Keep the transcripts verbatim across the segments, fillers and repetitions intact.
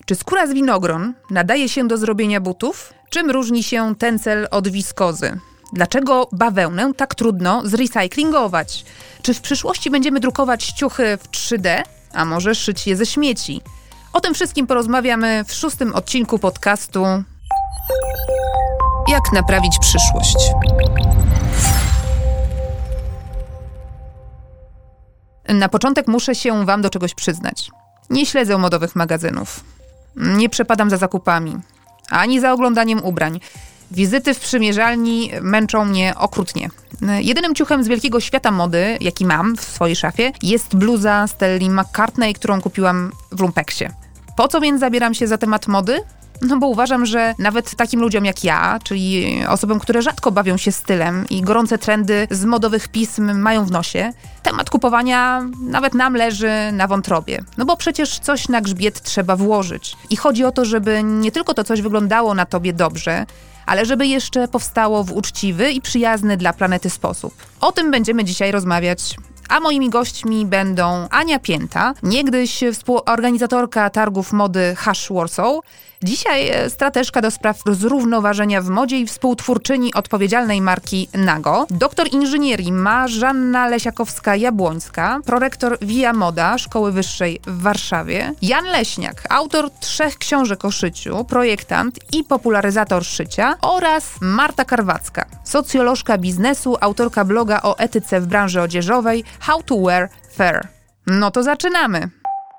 Czy skóra z winogron nadaje się do zrobienia butów? Czym różni się tencel od wiskozy? Dlaczego bawełnę tak trudno zrecyklingować? Czy w przyszłości będziemy drukować ciuchy w trzy D, a może szyć je ze śmieci? O tym wszystkim porozmawiamy w szóstym odcinku podcastu Jak naprawić przyszłość. Na początek muszę się wam do czegoś przyznać. Nie śledzę modowych magazynów. Nie przepadam za zakupami, ani za oglądaniem ubrań. Wizyty w przymierzalni męczą mnie okrutnie. Jedynym ciuchem z wielkiego świata mody, jaki mam w swojej szafie, jest bluza Stelli McCartney, którą kupiłam w Lumpeksie. Po co więc zabieram się za temat mody? No bo uważam, że nawet takim ludziom jak ja, czyli osobom, które rzadko bawią się stylem i gorące trendy z modowych pism mają w nosie, temat kupowania nawet nam leży na wątrobie. No bo przecież coś na grzbiet trzeba włożyć. I chodzi o to, żeby nie tylko to coś wyglądało na tobie dobrze, ale żeby jeszcze powstało w uczciwy i przyjazny dla planety sposób. O tym będziemy dzisiaj rozmawiać. A moimi gośćmi będą Ania Pięta, niegdyś współorganizatorka targów mody Hash Warsaw, dzisiaj strateżka do spraw zrównoważenia w modzie i współtwórczyni odpowiedzialnej marki Nago, doktor inżynierii Marzanna Lesiakowska-Jabłońska, prorektor Via Moda Szkoły Wyższej w Warszawie, Jan Leśniak, autor trzech książek o szyciu, projektant i popularyzator szycia oraz Marta Karwacka, socjolożka biznesu, autorka bloga o etyce w branży odzieżowej How to Wear Fair. No to zaczynamy!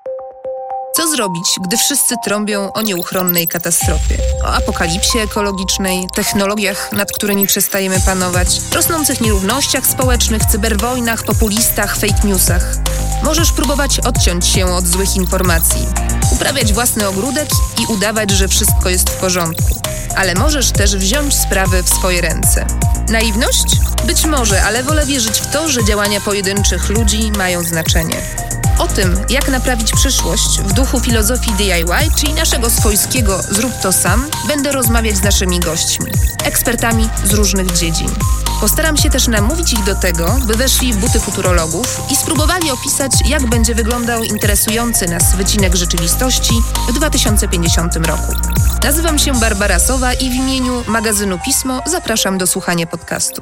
Co zrobić, gdy wszyscy trąbią o nieuchronnej katastrofie? O apokalipsie ekologicznej, technologiach, nad którymi przestajemy panować, rosnących nierównościach społecznych, cyberwojnach, populistach, fake newsach. Możesz próbować odciąć się od złych informacji, uprawiać własny ogródek i udawać, że wszystko jest w porządku. Ale możesz też wziąć sprawy w swoje ręce. Naiwność? Być może, ale wolę wierzyć w to, że działania pojedynczych ludzi mają znaczenie. O tym, jak naprawić przyszłość w duchu filozofii D I Y, czyli naszego swojskiego zrób to sam, będę rozmawiać z naszymi gośćmi, ekspertami z różnych dziedzin. Postaram się też namówić ich do tego, by weszli w buty futurologów i spróbowali opisać, jak będzie wyglądał interesujący nas wycinek rzeczywistości w dwa tysiące pięćdziesiątym roku. Nazywam się Barbara Sowa i w imieniu magazynu Pismo zapraszam do słuchania podcastu.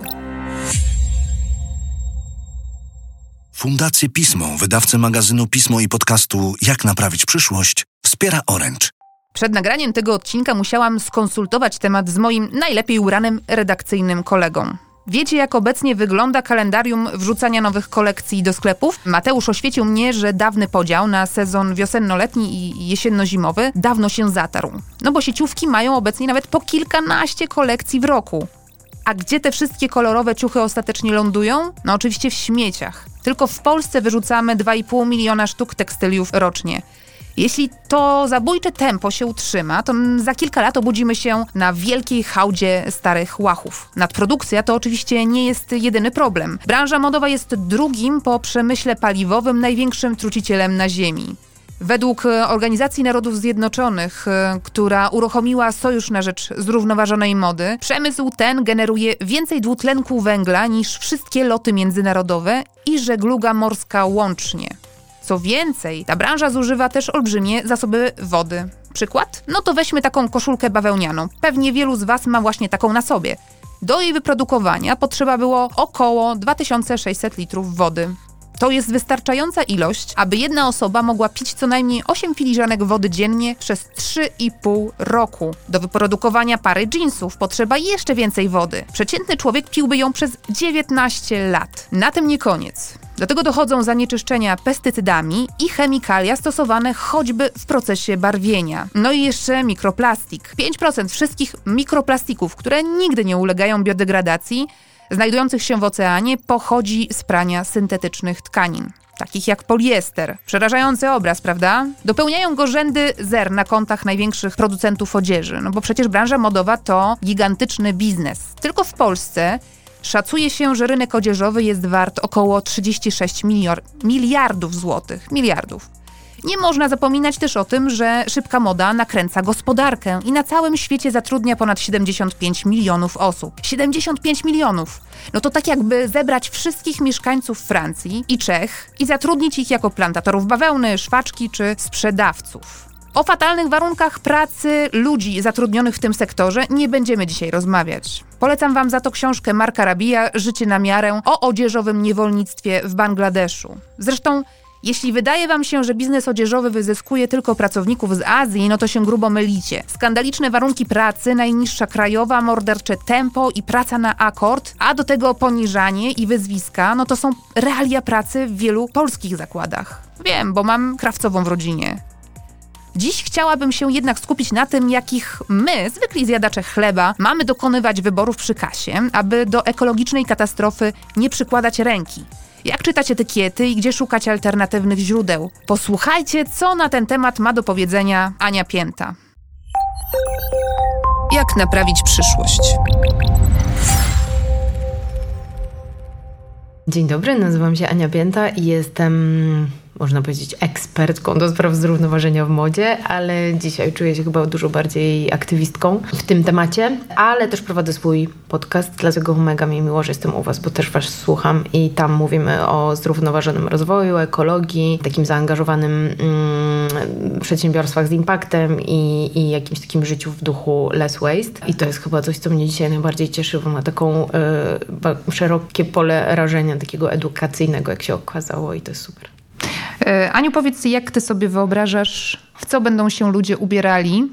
Fundację Pismo, wydawcę magazynu Pismo i podcastu Jak naprawić przyszłość, wspiera Orange. Przed nagraniem tego odcinka musiałam skonsultować temat z moim najlepiej ubranym redakcyjnym kolegą. Wiecie, jak obecnie wygląda kalendarium wrzucania nowych kolekcji do sklepów? Mateusz oświecił mnie, że dawny podział na sezon wiosenno-letni i jesienno-zimowy dawno się zatarł. No bo sieciówki mają obecnie nawet po kilkanaście kolekcji w roku. A gdzie te wszystkie kolorowe ciuchy ostatecznie lądują? No oczywiście w śmieciach. Tylko w Polsce wyrzucamy dwa i pół miliona sztuk tekstyliów rocznie. Jeśli to zabójcze tempo się utrzyma, to za kilka lat obudzimy się na wielkiej hałdzie starych łachów. Nadprodukcja to oczywiście nie jest jedyny problem. Branża modowa jest drugim po przemyśle paliwowym największym trucicielem na ziemi. Według Organizacji Narodów Zjednoczonych, która uruchomiła Sojusz na rzecz zrównoważonej mody, przemysł ten generuje więcej dwutlenku węgla niż wszystkie loty międzynarodowe i żegluga morska łącznie. Co więcej, ta branża zużywa też olbrzymie zasoby wody. Przykład? No to weźmy taką koszulkę bawełnianą. Pewnie wielu z was ma właśnie taką na sobie. Do jej wyprodukowania potrzeba było około dwa tysiące sześćset litrów wody. To jest wystarczająca ilość, aby jedna osoba mogła pić co najmniej osiem filiżanek wody dziennie przez trzy i pół roku. Do wyprodukowania pary dżinsów potrzeba jeszcze więcej wody. Przeciętny człowiek piłby ją przez dziewiętnaście lat. Na tym nie koniec. Do tego dochodzą zanieczyszczenia pestycydami i chemikalia stosowane choćby w procesie barwienia. No i jeszcze mikroplastik. pięć procent wszystkich mikroplastików, które nigdy nie ulegają biodegradacji, znajdujących się w oceanie, pochodzi z prania syntetycznych tkanin, takich jak poliester. Przerażający obraz, prawda? Dopełniają go rzędy zer na kontach największych producentów odzieży, no bo przecież branża modowa to gigantyczny biznes. Tylko w Polsce szacuje się, że rynek odzieżowy jest wart około trzydzieści sześć miliardów złotych. Miliardów. Nie można zapominać też o tym, że szybka moda nakręca gospodarkę i na całym świecie zatrudnia ponad siedemdziesiąt pięć milionów osób. siedemdziesiąt pięć milionów! No to tak jakby zebrać wszystkich mieszkańców Francji i Czech i zatrudnić ich jako plantatorów bawełny, szwaczki czy sprzedawców. O fatalnych warunkach pracy ludzi zatrudnionych w tym sektorze nie będziemy dzisiaj rozmawiać. Polecam wam za to książkę Marka Rabija „Życie na miarę” o odzieżowym niewolnictwie w Bangladeszu. Zresztą, jeśli wydaje wam się, że biznes odzieżowy wyzyskuje tylko pracowników z Azji, no to się grubo mylicie. Skandaliczne warunki pracy, najniższa krajowa, mordercze tempo i praca na akord, a do tego poniżanie i wyzwiska, no to są realia pracy w wielu polskich zakładach. Wiem, bo mam krawcową w rodzinie. Dziś chciałabym się jednak skupić na tym, jakich my, zwykli zjadacze chleba, mamy dokonywać wyborów przy kasie, aby do ekologicznej katastrofy nie przykładać ręki. Jak czytać etykiety i gdzie szukać alternatywnych źródeł? Posłuchajcie, co na ten temat ma do powiedzenia Ania Pięta. Jak naprawić przyszłość? Dzień dobry, nazywam się Ania Pięta i jestem, można powiedzieć, ekspertką do spraw zrównoważenia w modzie, ale dzisiaj czuję się chyba dużo bardziej aktywistką w tym temacie, ale też prowadzę swój podcast, dlatego mega mi miło, że jestem u was, bo też was słucham i tam mówimy o zrównoważonym rozwoju, ekologii, takim zaangażowanym mm, przedsiębiorstwach z impaktem i, i jakimś takim życiu w duchu less waste. I to jest chyba coś, co mnie dzisiaj najbardziej cieszy, bo ma taką y, szerokie pole rażenia, takiego edukacyjnego, jak się okazało, i to jest super. Aniu, powiedz, jak ty sobie wyobrażasz, w co będą się ludzie ubierali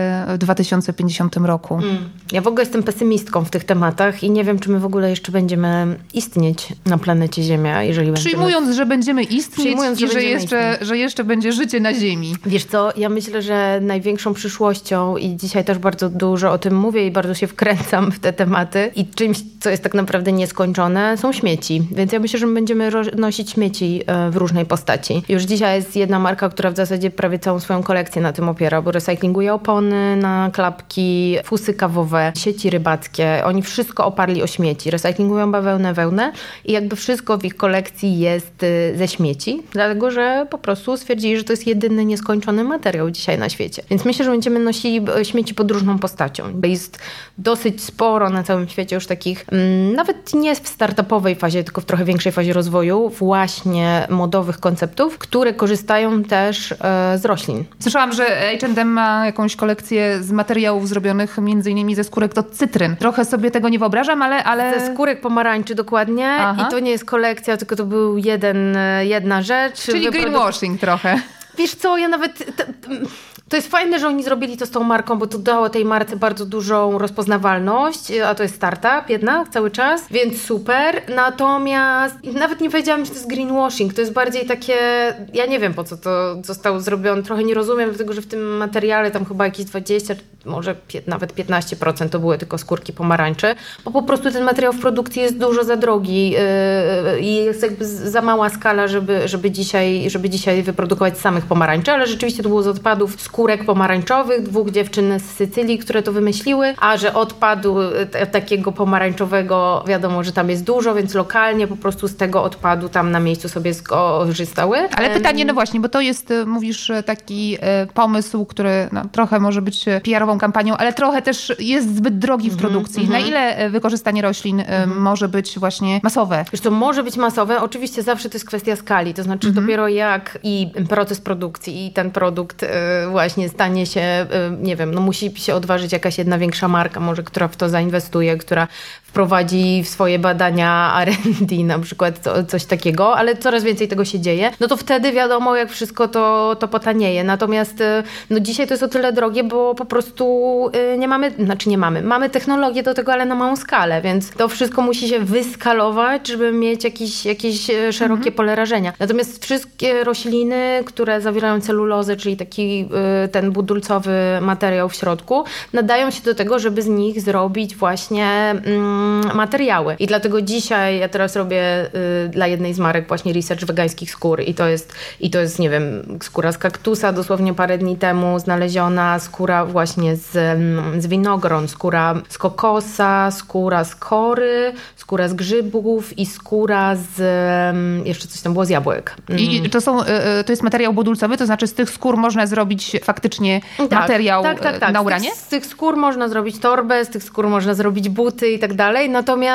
w dwa tysiące pięćdziesiątym roku? Mm. Ja w ogóle jestem pesymistką w tych tematach i nie wiem, czy my w ogóle jeszcze będziemy istnieć na planecie Ziemia, jeżeli będziemy... Przyjmując, że będziemy istnieć Przyjmując, że i że jeszcze, istnieć. że jeszcze będzie życie na Ziemi. Wiesz co, ja myślę, że największą przyszłością, i dzisiaj też bardzo dużo o tym mówię i bardzo się wkręcam w te tematy, i czymś, co jest tak naprawdę nieskończone, są śmieci. Więc ja myślę, że my będziemy nosić śmieci w różnej postaci. Już dzisiaj jest jedna marka, która w zasadzie prawie całą swoją kolekcję na tym opiera, bo recyklinguje opony na klapki, fusy kawowe, sieci rybackie. Oni wszystko oparli o śmieci. Recyklingują bawełnę, wełnę i jakby wszystko w ich kolekcji jest ze śmieci, dlatego że po prostu stwierdzili, że to jest jedyny nieskończony materiał dzisiaj na świecie. Więc myślę, że będziemy nosili śmieci pod różną postacią. Jest dosyć sporo na całym świecie już takich, mm, nawet nie w startupowej fazie, tylko w trochę większej fazie rozwoju, właśnie modowych konceptów, które korzystają też e, z roślin. Słyszałam, że H and M ma jakąś kolekcję z materiałów zrobionych między innymi ze skórek do cytryn. Trochę sobie tego nie wyobrażam, ale... ale... Ze skórek pomarańczy dokładnie. Aha. I to nie jest kolekcja, tylko to był jeden, jedna rzecz. Czyli greenwashing trochę. Wiesz co, ja nawet... To, to jest fajne, że oni zrobili to z tą marką, bo to dało tej marce bardzo dużą rozpoznawalność, a to jest startup jednak cały czas, więc super. Natomiast nawet nie powiedziałam, że to jest greenwashing, to jest bardziej takie, ja nie wiem, po co to zostało zrobione, trochę nie rozumiem, dlatego że w tym materiale tam chyba jakieś dwadzieścia, może nawet piętnaście procent to były tylko skórki pomarańczy, bo po prostu ten materiał w produkcji jest dużo za drogi yy, i jest jakby za mała skala, żeby, żeby, dzisiaj, żeby dzisiaj wyprodukować samych pomarańczy, ale rzeczywiście to było z odpadów skórek pomarańczowych, dwóch dziewczyn z Sycylii, które to wymyśliły, a że odpadu t- takiego pomarańczowego wiadomo, że tam jest dużo, więc lokalnie po prostu z tego odpadu tam na miejscu sobie skorzystały. Ale pytanie, no właśnie, bo to jest, mówisz, taki pomysł, który no, trochę może być P R-ową kampanią, ale trochę też jest zbyt drogi w produkcji. Mm-hmm. Na ile wykorzystanie roślin mm-hmm. może być właśnie masowe? Wiesz, to może być masowe. Oczywiście zawsze to jest kwestia skali, to znaczy mm-hmm. dopiero jak i proces produkcji i ten produkt y, właśnie stanie się, y, nie wiem, no musi się odważyć jakaś jedna większa marka może, która w to zainwestuje, która wprowadzi w swoje badania R and D na przykład to, coś takiego, ale coraz więcej tego się dzieje, no to wtedy wiadomo, jak wszystko to, to potanieje. Natomiast no dzisiaj to jest o tyle drogie, bo po prostu nie mamy, znaczy nie mamy, mamy technologię do tego, ale na małą skalę, więc to wszystko musi się wyskalować, żeby mieć jakieś, jakieś szerokie mhm. pole rażenia. Natomiast wszystkie rośliny, które zawierają celulozę, czyli taki ten budulcowy materiał w środku, nadają się do tego, żeby z nich zrobić właśnie mm, materiały. I dlatego dzisiaj ja teraz robię y, dla jednej z marek właśnie research wegańskich skór i to jest, i to jest, nie wiem, skóra z kaktusa dosłownie parę dni temu znaleziona, skóra właśnie z, z winogron, skóra z kokosa, skóra z kory, skóra z grzybów i skóra z, jeszcze coś tam było z jabłek. I to, są, to jest materiał budulcowy, to znaczy z tych skór można zrobić faktycznie tak, materiał tak, tak, tak. na ubranie? Z tych, z tych skór można zrobić torbę, z tych skór można zrobić buty i tak dalej, natomiast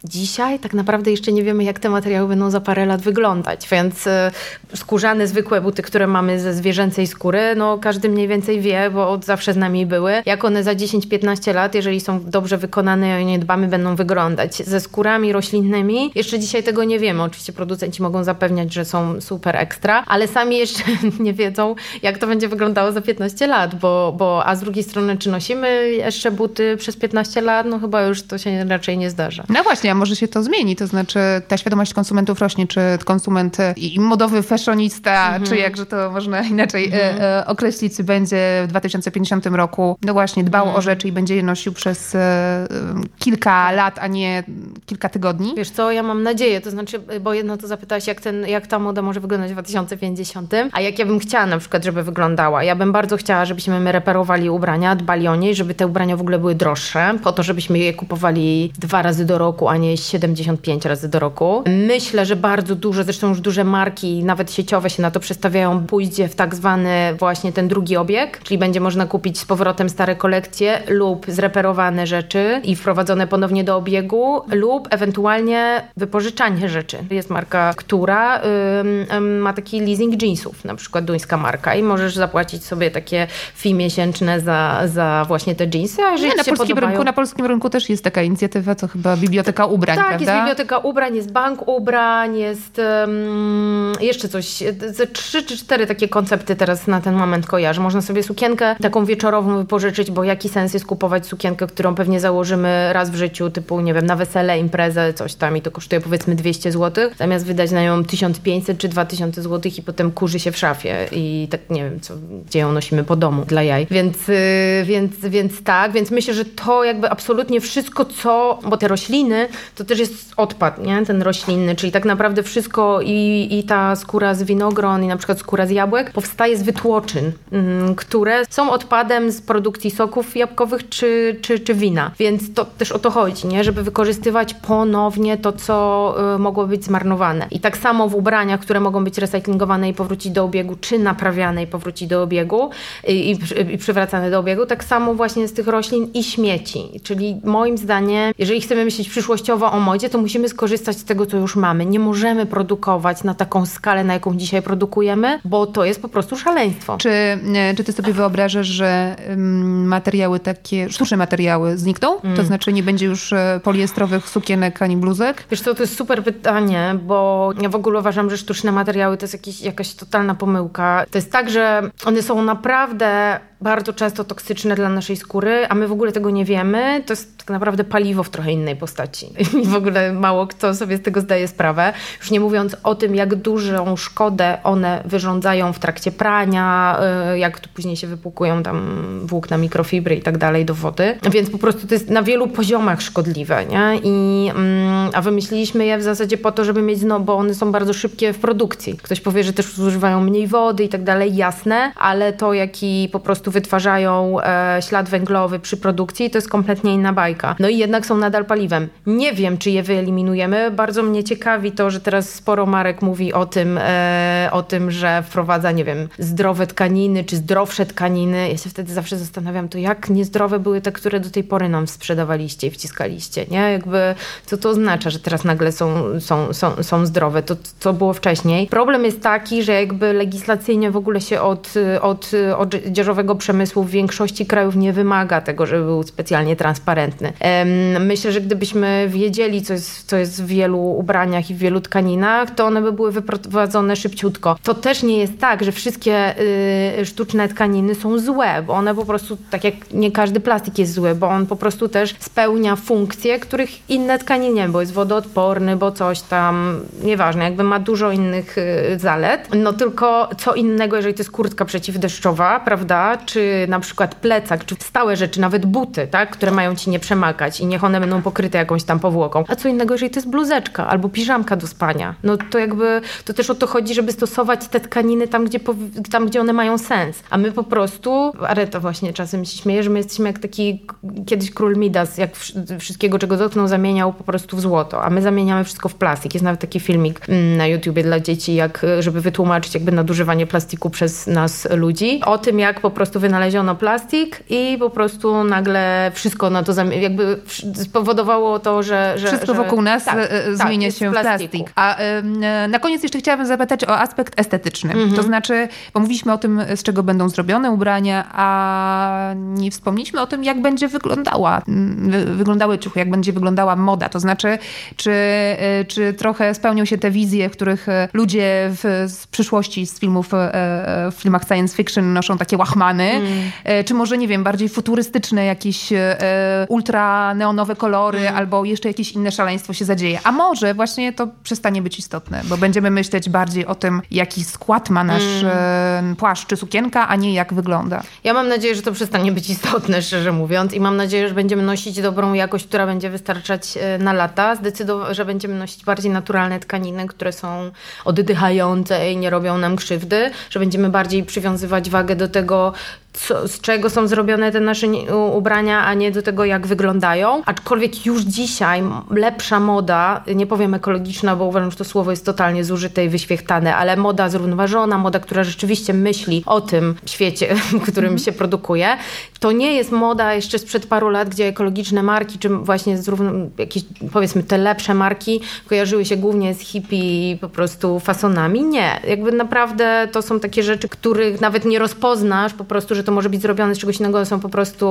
Dzisiaj tak naprawdę jeszcze nie wiemy, jak te materiały będą za parę lat wyglądać, więc skórzane, zwykłe buty, które mamy ze zwierzęcej skóry, no każdy mniej więcej wie, bo od zawsze z nami były, jak one za dziesięć piętnaście lat, jeżeli są dobrze wykonane i nie dbamy, będą wyglądać. Ze skórami roślinnymi jeszcze dzisiaj tego nie wiemy. Oczywiście producenci mogą zapewniać, że są super ekstra, ale sami jeszcze nie wiedzą, jak to będzie wyglądało za piętnaście lat, bo, bo a z drugiej strony, czy nosimy jeszcze buty przez piętnaście lat? No chyba już to się raczej nie zdarza. No właśnie, a może się to zmieni, to znaczy ta świadomość konsumentów rośnie, czy konsument i modowy fashionista, mhm. czy jakże to można inaczej mhm. e, e, określić, będzie w dwa tysiące pięćdziesiątym roku, no właśnie, dbał mhm. o rzeczy i będzie je nosił przez e, kilka lat, a nie kilka tygodni. Wiesz co, ja mam nadzieję, to znaczy, bo jedno to zapytałaś, jak, ten, jak ta moda może wyglądać w dwa tysiące pięćdziesiątym, a jak ja bym chciała na przykład, żeby wyglądała. Ja bym bardzo chciała, żebyśmy my reperowali ubrania, dbali o nie, żeby te ubrania w ogóle były droższe, po to, żebyśmy je kupowali dwa razy do roku, a nie siedemdziesiąt pięć razy do roku. Myślę, że bardzo duże, zresztą już duże marki, nawet sieciowe się na to przestawiają, pójdzie w tak zwany właśnie ten drugi obieg, czyli będzie można kupić z powrotem stare kolekcje lub zreperowane rzeczy i wprowadzone ponownie do obiegu lub ewentualnie wypożyczanie rzeczy. Jest marka, która ym, ma taki leasing jeansów, na przykład duńska marka i możesz zapłacić sobie takie fee miesięczne za, za właśnie te jeansy, a jeżeli nie, na, się polskim podobają... rynku, na polskim rynku też jest taka inicjatywa, to chyba Biblioteka Ubrań, tak, prawda? jest Biblioteka Ubrań, jest Bank Ubrań, jest um, jeszcze coś, ze trzy czy cztery takie koncepty teraz na ten moment kojarzę. Można sobie sukienkę taką wieczorową wypożyczyć, bo jaki sens jest kupować sukienkę, którą pewnie założymy raz w życiu, typu, nie wiem, na wesele, imprezę, coś tam i to kosztuje powiedzmy dwieście złotych, zamiast wydać na nią tysiąc pięćset czy dwa tysiące złotych i potem kurzy się w szafie i tak nie wiem, co, gdzie ją nosimy po domu dla jaj. Więc, yy, więc, więc tak, więc myślę, że to jakby absolutnie wszystko, co, bo te rośliny, to też jest odpad, nie? Ten roślinny, czyli tak naprawdę wszystko i, i ta skóra z winogron i na przykład skóra z jabłek powstaje z wytłoczyn, mm, które są odpadem z produkcji soków jabłkowych czy, czy, czy wina. Więc to też o to chodzi, nie? Żeby wykorzystywać ponownie to, co y, mogło być zmarnowane. I tak samo w ubraniach, które mogą być recyklingowane i powrócić do obiegu, czy naprawiane i powrócić do obiegu i, i, i przywracane do obiegu, tak samo właśnie z tych roślin i śmieci. Czyli moim zdaniem, jeżeli chcemy myśleć przyszłościowo o modzie, to musimy skorzystać z tego, co już mamy. Nie możemy produkować na taką skalę, na jaką dzisiaj produkujemy, bo to jest po prostu szaleństwo. Czy, czy ty sobie wyobrażasz, że um, materiały takie, sztuczne materiały znikną? Mm. To znaczy nie będzie już poliestrowych sukienek ani bluzek? Wiesz co, to jest super pytanie, bo ja w ogóle uważam, że sztuczne materiały to jest jakiś, jakaś totalna pomyłka. To jest tak, że one są naprawdę bardzo często toksyczne dla naszej skóry, a my w ogóle tego nie wiemy. To jest tak naprawdę paliwo w trochę innej postaci. I w ogóle mało kto sobie z tego zdaje sprawę. Już nie mówiąc o tym, jak dużą szkodę one wyrządzają w trakcie prania, jak tu później się wypłukują tam włókna mikrofibry i tak dalej do wody. Więc po prostu to jest na wielu poziomach szkodliwe, nie? I, a wymyśliliśmy je w zasadzie po to, żeby mieć, no bo one są bardzo szybkie w produkcji. Ktoś powie, że też zużywają mniej wody i tak dalej, jasne, ale to, jaki po prostu wytwarzają e, ślad węglowy przy produkcji, to jest kompletnie inna bajka. No i jednak są nadal paliwem. Nie wiem, czy je wyeliminujemy. Bardzo mnie ciekawi to, że teraz sporo marek mówi o tym, e, o tym, że wprowadza, nie wiem, zdrowe tkaniny, czy zdrowsze tkaniny. Ja się wtedy zawsze zastanawiam, to jak niezdrowe były te, które do tej pory nam sprzedawaliście i wciskaliście, nie? Jakby, co to oznacza, że teraz nagle są, są, są, są zdrowe? To, co było wcześniej. Problem jest taki, że jakby legislacyjnie w ogóle się od, od odzieżowego przemysłu w większości krajów nie wymaga tego, żeby był specjalnie transparentny. Myślę, że gdybyśmy wiedzieli, co jest, co jest w wielu ubraniach i w wielu tkaninach, to one by były wyprowadzone szybciutko. To też nie jest tak, że wszystkie y, sztuczne tkaniny są złe, bo one po prostu, tak jak nie każdy plastik jest zły, bo on po prostu też spełnia funkcje, których inne tkaniny nie, bo jest wodoodporny, bo coś tam, nieważne, jakby ma dużo innych y, zalet. No tylko co innego, jeżeli to jest kurtka przeciwdeszczowa, prawda, czy na przykład plecak, czy stałe rzeczy, nawet buty, tak, które mają ci nie przemakać i niech one będą pokryte jakąś tam powłoką. A co innego, jeżeli to jest bluzeczka albo piżamka do spania. No to jakby, to też o to chodzi, żeby stosować te tkaniny tam, gdzie, tam, gdzie one mają sens. A my po prostu, ale to właśnie czasem się śmieję, że my jesteśmy jak taki kiedyś król Midas, jak wszystkiego, czego dotknął, zamieniał po prostu w złoto, a my zamieniamy wszystko w plastik. Jest nawet taki filmik na YouTubie dla dzieci, jak, żeby wytłumaczyć jakby nadużywanie plastiku przez nas ludzi. O tym, jak po prostu wynaleziono plastik i po prostu nagle wszystko na to jakby spowodowało to, że że... że Wszystko że, wokół nas tak, zmienia tak, się w plastik. A y, na koniec jeszcze chciałabym zapytać o aspekt estetyczny. Mhm. To znaczy, bo mówiliśmy o tym, z czego będą zrobione ubrania, a nie wspomnieliśmy o tym, jak będzie wyglądała, wy, wyglądały ciuchy, jak będzie wyglądała moda. To znaczy, czy, y, czy trochę spełnią się te wizje, w których ludzie w, z przyszłości, z filmów, y, w filmach science fiction noszą takie łachmany, mm. y, czy może, nie wiem, bardziej futurystyczne jakieś y, ultra neonowe kolory, mm. albo jeszcze jakieś inne szaleństwo się zadzieje. A może właśnie to przestanie być istotne, bo będziemy myśleć bardziej o tym, jaki skład ma nasz mm. płaszcz czy sukienka, a nie jak wygląda. Ja mam nadzieję, że to przestanie być istotne, szczerze mówiąc, i mam nadzieję, że będziemy nosić dobrą jakość, która będzie wystarczać na lata. Zdecydowanie, że będziemy nosić bardziej naturalne tkaniny, które są oddychające i nie robią nam krzywdy, że będziemy bardziej przywiązywać wagę do tego, Co, z czego są zrobione te nasze ubrania, a nie do tego, jak wyglądają. Aczkolwiek już dzisiaj lepsza moda, nie powiem ekologiczna, bo uważam, że to słowo jest totalnie zużyte i wyświechtane, ale moda zrównoważona, moda, która rzeczywiście myśli o tym świecie, w którym mm. się produkuje. To nie jest moda jeszcze sprzed paru lat, gdzie ekologiczne marki, czy właśnie zrówno, jakieś, powiedzmy, te lepsze marki kojarzyły się głównie z hippie po prostu fasonami. Nie. Jakby naprawdę to są takie rzeczy, których nawet nie rozpoznasz po prostu, że to może być zrobione z czegoś innego, są po prostu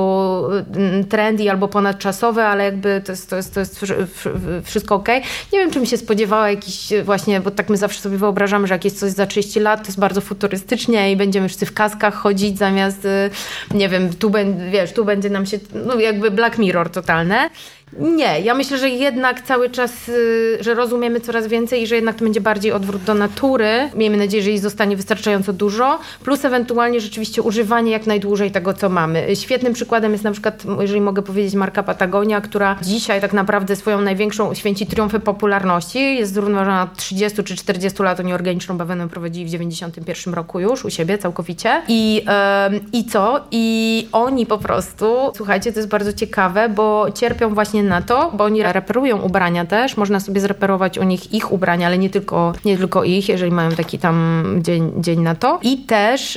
trendy albo ponadczasowe, ale jakby to jest, to jest, to jest wszystko okej. Okay. Nie wiem, czy mi się spodziewała jakiś właśnie, bo tak my zawsze sobie wyobrażamy, że jak jest coś za trzydzieści lat, to jest bardzo futurystycznie i będziemy wszyscy w kaskach chodzić zamiast, nie wiem, tu, będzie, wiesz, tu będzie nam się, no jakby Black Mirror totalne. Nie, ja myślę, że jednak cały czas, że rozumiemy coraz więcej i że jednak to będzie bardziej odwrót do natury. Miejmy nadzieję, że jej zostanie wystarczająco dużo, plus ewentualnie rzeczywiście używanie jak najdłużej tego, co mamy. Świetnym przykładem jest na przykład, jeżeli mogę powiedzieć, marka Patagonia, która dzisiaj tak naprawdę swoją największą święci triumfy popularności. Jest zrównoważona od trzydziestu czy czterdziestu lat. Oni organiczną bawełnę prowadzili w dziewięćdziesiątym pierwszym roku już u siebie całkowicie. I, yy, i co? I oni po prostu, słuchajcie, to jest bardzo ciekawe, bo cierpią właśnie na to, bo oni reperują ubrania też. Można sobie zreperować u nich ich ubrania, ale nie tylko, nie tylko ich, jeżeli mają taki tam dzień, dzień na to. I też yy,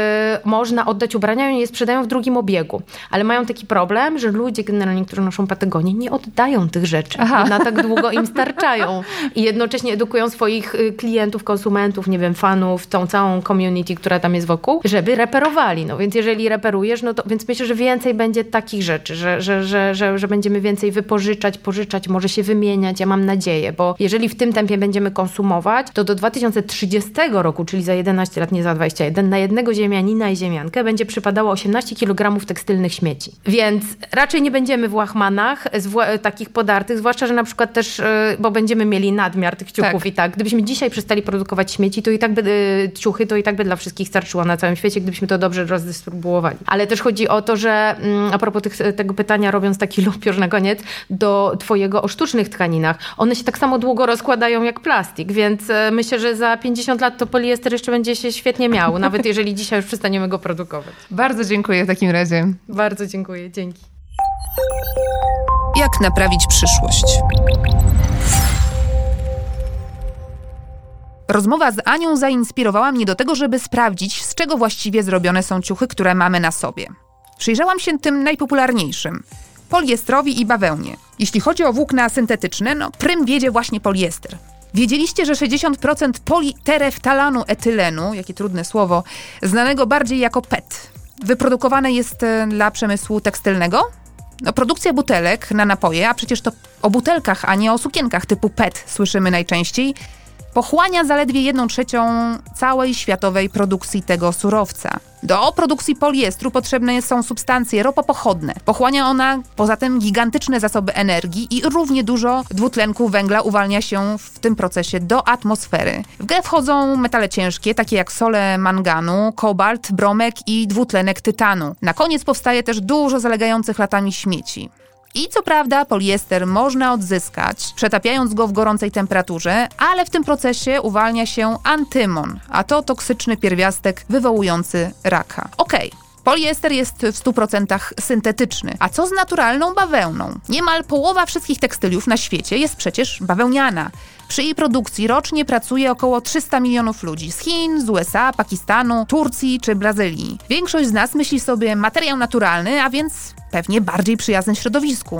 można oddać ubrania i oni je sprzedają w drugim obiegu. Ale mają taki problem, że ludzie generalnie, którzy noszą Patagonię, nie oddają tych rzeczy. Aha. Na tak długo im starczają. I jednocześnie edukują swoich klientów, konsumentów, nie wiem, fanów, tą całą community, która tam jest wokół, żeby reperowali. No więc jeżeli reperujesz, no to więc myślę, że więcej będzie takich rzeczy, że, że, że, że, że będziemy więcej wypożyczać, pożyczać, może się wymieniać, ja mam nadzieję, bo jeżeli w tym tempie będziemy konsumować, to do dwa tysiące trzydziestego roku, czyli za jedenaście lat, nie za dwadzieścia jeden, na jednego ziemianina i ziemiankę będzie przypadało osiemnaście kilogramów tekstylnych śmieci. Więc raczej nie będziemy w łachmanach zw- takich podartych, zwłaszcza, że na przykład też, yy, bo będziemy mieli nadmiar tych ciuchów tak. i tak. Gdybyśmy dzisiaj przestali produkować śmieci, to i tak by yy, ciuchy, to i tak by dla wszystkich starczyło na całym świecie, gdybyśmy to dobrze rozdystrybuowali. Ale też chodzi o to, że yy, a propos tych, tego pytania, robiąc taki loop już na koniec, do twojego o sztucznych tkaninach. One się tak samo długo rozkładają jak plastik, więc yy, myślę, że za pięćdziesiąt lat to poliester jeszcze będzie się świetnie miał, nawet jeżeli dzisiaj już przestaniemy go produkować. Bardzo dziękuję w takim razie. Bardzo dziękuję, dzięki. Jak naprawić przyszłość? Rozmowa z Anią zainspirowała mnie do tego, żeby sprawdzić, z czego właściwie zrobione są ciuchy, które mamy na sobie. Przyjrzałam się tym najpopularniejszym. Poliestrowi i bawełnie. Jeśli chodzi o włókna syntetyczne, no prym wiedzie właśnie poliester. Wiedzieliście, że sześćdziesiąt procent politereftalanu etylenu, jakie trudne słowo, znanego bardziej jako P E T, wyprodukowane jest dla przemysłu tekstylnego? No, produkcja butelek na napoje, a przecież to o butelkach, a nie o sukienkach typu P E T słyszymy najczęściej, pochłania zaledwie jedną trzecią całej światowej produkcji tego surowca. Do produkcji poliestru potrzebne są substancje ropopochodne. Pochłania ona poza tym gigantyczne zasoby energii i równie dużo dwutlenku węgla uwalnia się w tym procesie do atmosfery. W grę wchodzą metale ciężkie, takie jak sole manganu, kobalt, bromek i dwutlenek tytanu. Na koniec powstaje też dużo zalegających latami śmieci. I co prawda poliester można odzyskać, przetapiając go w gorącej temperaturze, ale w tym procesie uwalnia się antymon, a to toksyczny pierwiastek wywołujący raka. Okej. Okay. Poliester jest w stu procentach syntetyczny. A co z naturalną bawełną? Niemal połowa wszystkich tekstyliów na świecie jest przecież bawełniana. Przy jej produkcji rocznie pracuje około trzysta milionów ludzi z Chin, z U S A, Pakistanu, Turcji czy Brazylii. Większość z nas myśli sobie materiał naturalny, a więc pewnie bardziej przyjazny środowisku.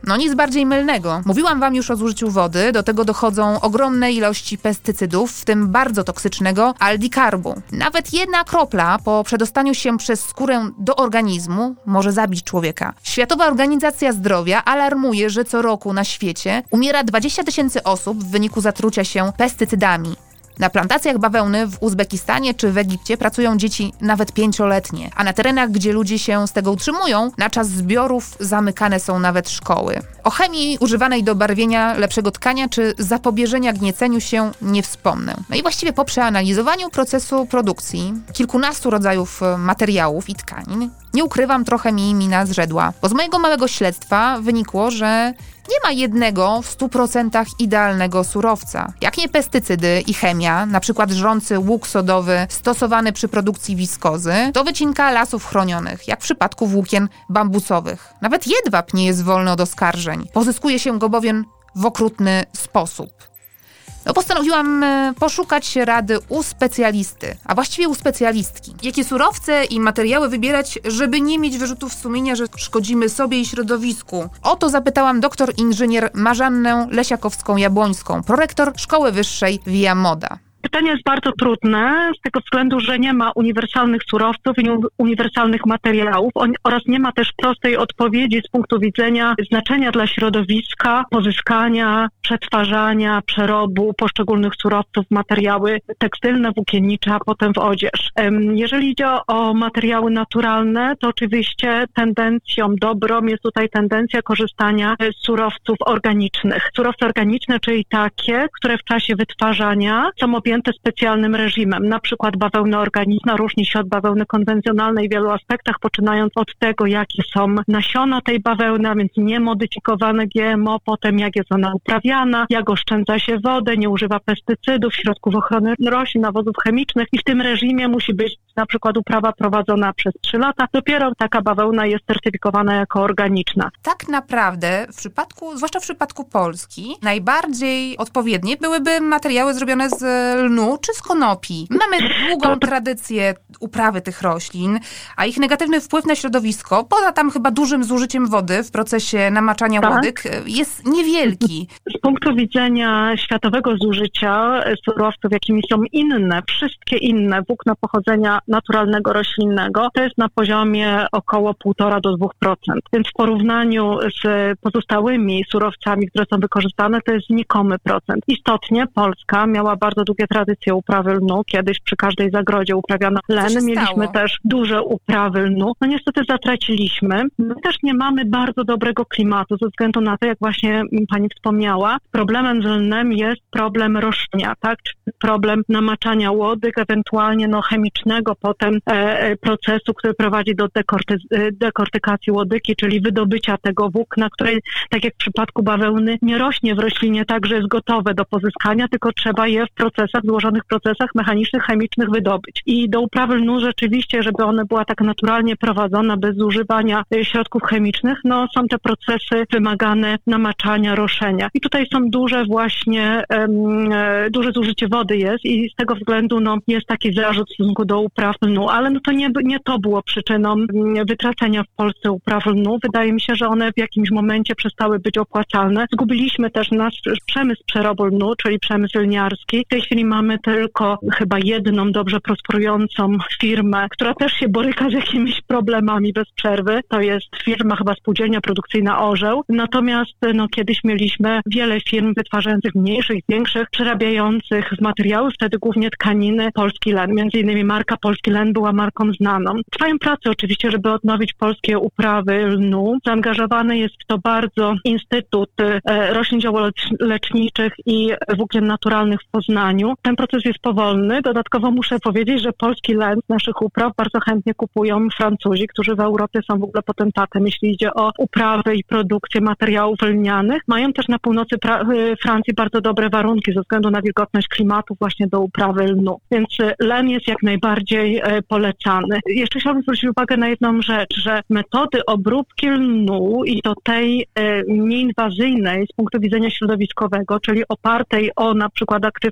No nic bardziej mylnego. Mówiłam wam już o zużyciu wody, do tego dochodzą ogromne ilości pestycydów, w tym bardzo toksycznego aldikarbu. Nawet jedna kropla po przedostaniu się przez skórę do organizmu może zabić człowieka. Światowa Organizacja Zdrowia alarmuje, że co roku na świecie umiera dwadzieścia tysięcy osób w wyniku zatrucia się pestycydami. Na plantacjach bawełny w Uzbekistanie czy w Egipcie pracują dzieci nawet pięcioletnie, a na terenach, gdzie ludzie się z tego utrzymują, na czas zbiorów zamykane są nawet szkoły. O chemii używanej do barwienia lepszego tkania czy zapobieżenia gnieceniu się nie wspomnę. No i właściwie po przeanalizowaniu procesu produkcji kilkunastu rodzajów materiałów i tkanin, nie ukrywam, trochę mi mina zrzedła, bo z mojego małego śledztwa wynikło, że nie ma jednego w stu procentach idealnego surowca. Jak nie pestycydy i chemia, na przykład żrący łuk sodowy stosowany przy produkcji wiskozy, to wycinka lasów chronionych, jak w przypadku włókien bambusowych. Nawet jedwab nie jest wolny od oskarżeń. Pozyskuje się go bowiem w okrutny sposób. No postanowiłam poszukać rady u specjalisty, a właściwie u specjalistki. Jakie surowce i materiały wybierać, żeby nie mieć wyrzutów sumienia, że szkodzimy sobie i środowisku? O to zapytałam doktor inżynier Marzannę Lesiakowską-Jabłońską, prorektor Szkoły Wyższej Via Moda. Pytanie jest bardzo trudne z tego względu, że nie ma uniwersalnych surowców i uniwersalnych materiałów oraz nie ma też prostej odpowiedzi z punktu widzenia znaczenia dla środowiska, pozyskania, przetwarzania, przerobu poszczególnych surowców, materiały tekstylne, włókiennicze, a potem w odzież. Jeżeli idzie o materiały naturalne, to oczywiście tendencją dobrą jest tutaj tendencja korzystania z surowców organicznych. Surowce organiczne, czyli takie, które w czasie wytwarzania są objęte specjalnym reżimem. Na przykład bawełna organiczna różni się od bawełny konwencjonalnej w wielu aspektach, poczynając od tego, jakie są nasiona tej bawełny, a więc niemodyfikowane G M O, potem jak jest ona uprawiana, jak oszczędza się wodę, nie używa pestycydów, środków ochrony roślin, nawozów chemicznych i w tym reżimie musi być na przykład uprawa prowadzona przez trzy lata. Dopiero taka bawełna jest certyfikowana jako organiczna. Tak naprawdę w przypadku, zwłaszcza w przypadku Polski, najbardziej odpowiednie byłyby materiały zrobione z lnu czy z konopi. Mamy długą tradycję uprawy tych roślin, a ich negatywny wpływ na środowisko, poza tam chyba dużym zużyciem wody w procesie namaczania tak. łodyg, jest niewielki. Z punktu widzenia światowego zużycia surowców, jakimi są inne, wszystkie inne włókna pochodzenia naturalnego, roślinnego, to jest na poziomie około półtora do dwóch procent. Więc w porównaniu z pozostałymi surowcami, które są wykorzystane, to jest znikomy procent. Istotnie Polska miała bardzo długie tradycje uprawy lnu. Kiedyś przy każdej zagrodzie uprawiano len. Mieliśmy stało? też duże uprawy lnu. No niestety zatraciliśmy. My też nie mamy bardzo dobrego klimatu ze względu na to, jak właśnie pani wspomniała. Problemem z lnem jest problem roszczenia, tak? Czyli problem namaczania łodyg, ewentualnie no, chemicznego potem e, procesu, który prowadzi do dekorty, dekortykacji łodygi, czyli wydobycia tego włókna, które tak jak w przypadku bawełny nie rośnie w roślinie tak, że jest gotowe do pozyskania, tylko trzeba je w procesach, złożonych procesach mechanicznych, chemicznych wydobyć. I do uprawy lnu rzeczywiście, żeby ona była tak naturalnie prowadzona, bez zużywania środków chemicznych, no są te procesy wymagane namaczania, roszenia. I tutaj są duże właśnie, um, duże zużycie wody jest i z tego względu no, jest taki zarzut w stosunku do upraw lnu, ale no to nie, nie to było przyczyną wytracenia w Polsce upraw lnu. Wydaje mi się, że one w jakimś momencie przestały być opłacalne. Zgubiliśmy też nasz przemysł przerobu lnu, czyli przemysł lniarski. W tej chwili mamy tylko chyba jedną dobrze prosperującą firmę, która też się boryka z jakimiś problemami bez przerwy. To jest firma chyba spółdzielnia produkcyjna Orzeł. Natomiast no, kiedyś mieliśmy wiele firm wytwarzających mniejszych, większych, przerabiających w materiały, wtedy głównie tkaniny, polski len. Między innymi marka Polski Len była marką znaną. Trwają prace oczywiście, żeby odnowić polskie uprawy lnu. Zaangażowany jest w to bardzo Instytut Roślin Ziołoleczniczych i Włókien Naturalnych w Poznaniu. Ten proces jest powolny. Dodatkowo muszę powiedzieć, że polski len z naszych upraw bardzo chętnie kupują Francuzi, którzy w Europie są w ogóle potentatem, jeśli idzie o uprawę i produkcję materiałów lnianych. Mają też na północy pra- Francji bardzo dobre warunki ze względu na wilgotność klimatu właśnie do uprawy lnu. Więc len jest jak najbardziej e, polecany. Jeszcze chciałabym zwrócić uwagę na jedną rzecz, że metody obróbki lnu i to tej e, nieinwazyjnej z punktu widzenia środowiskowego, czyli opartej o na przykład aktywny tlen,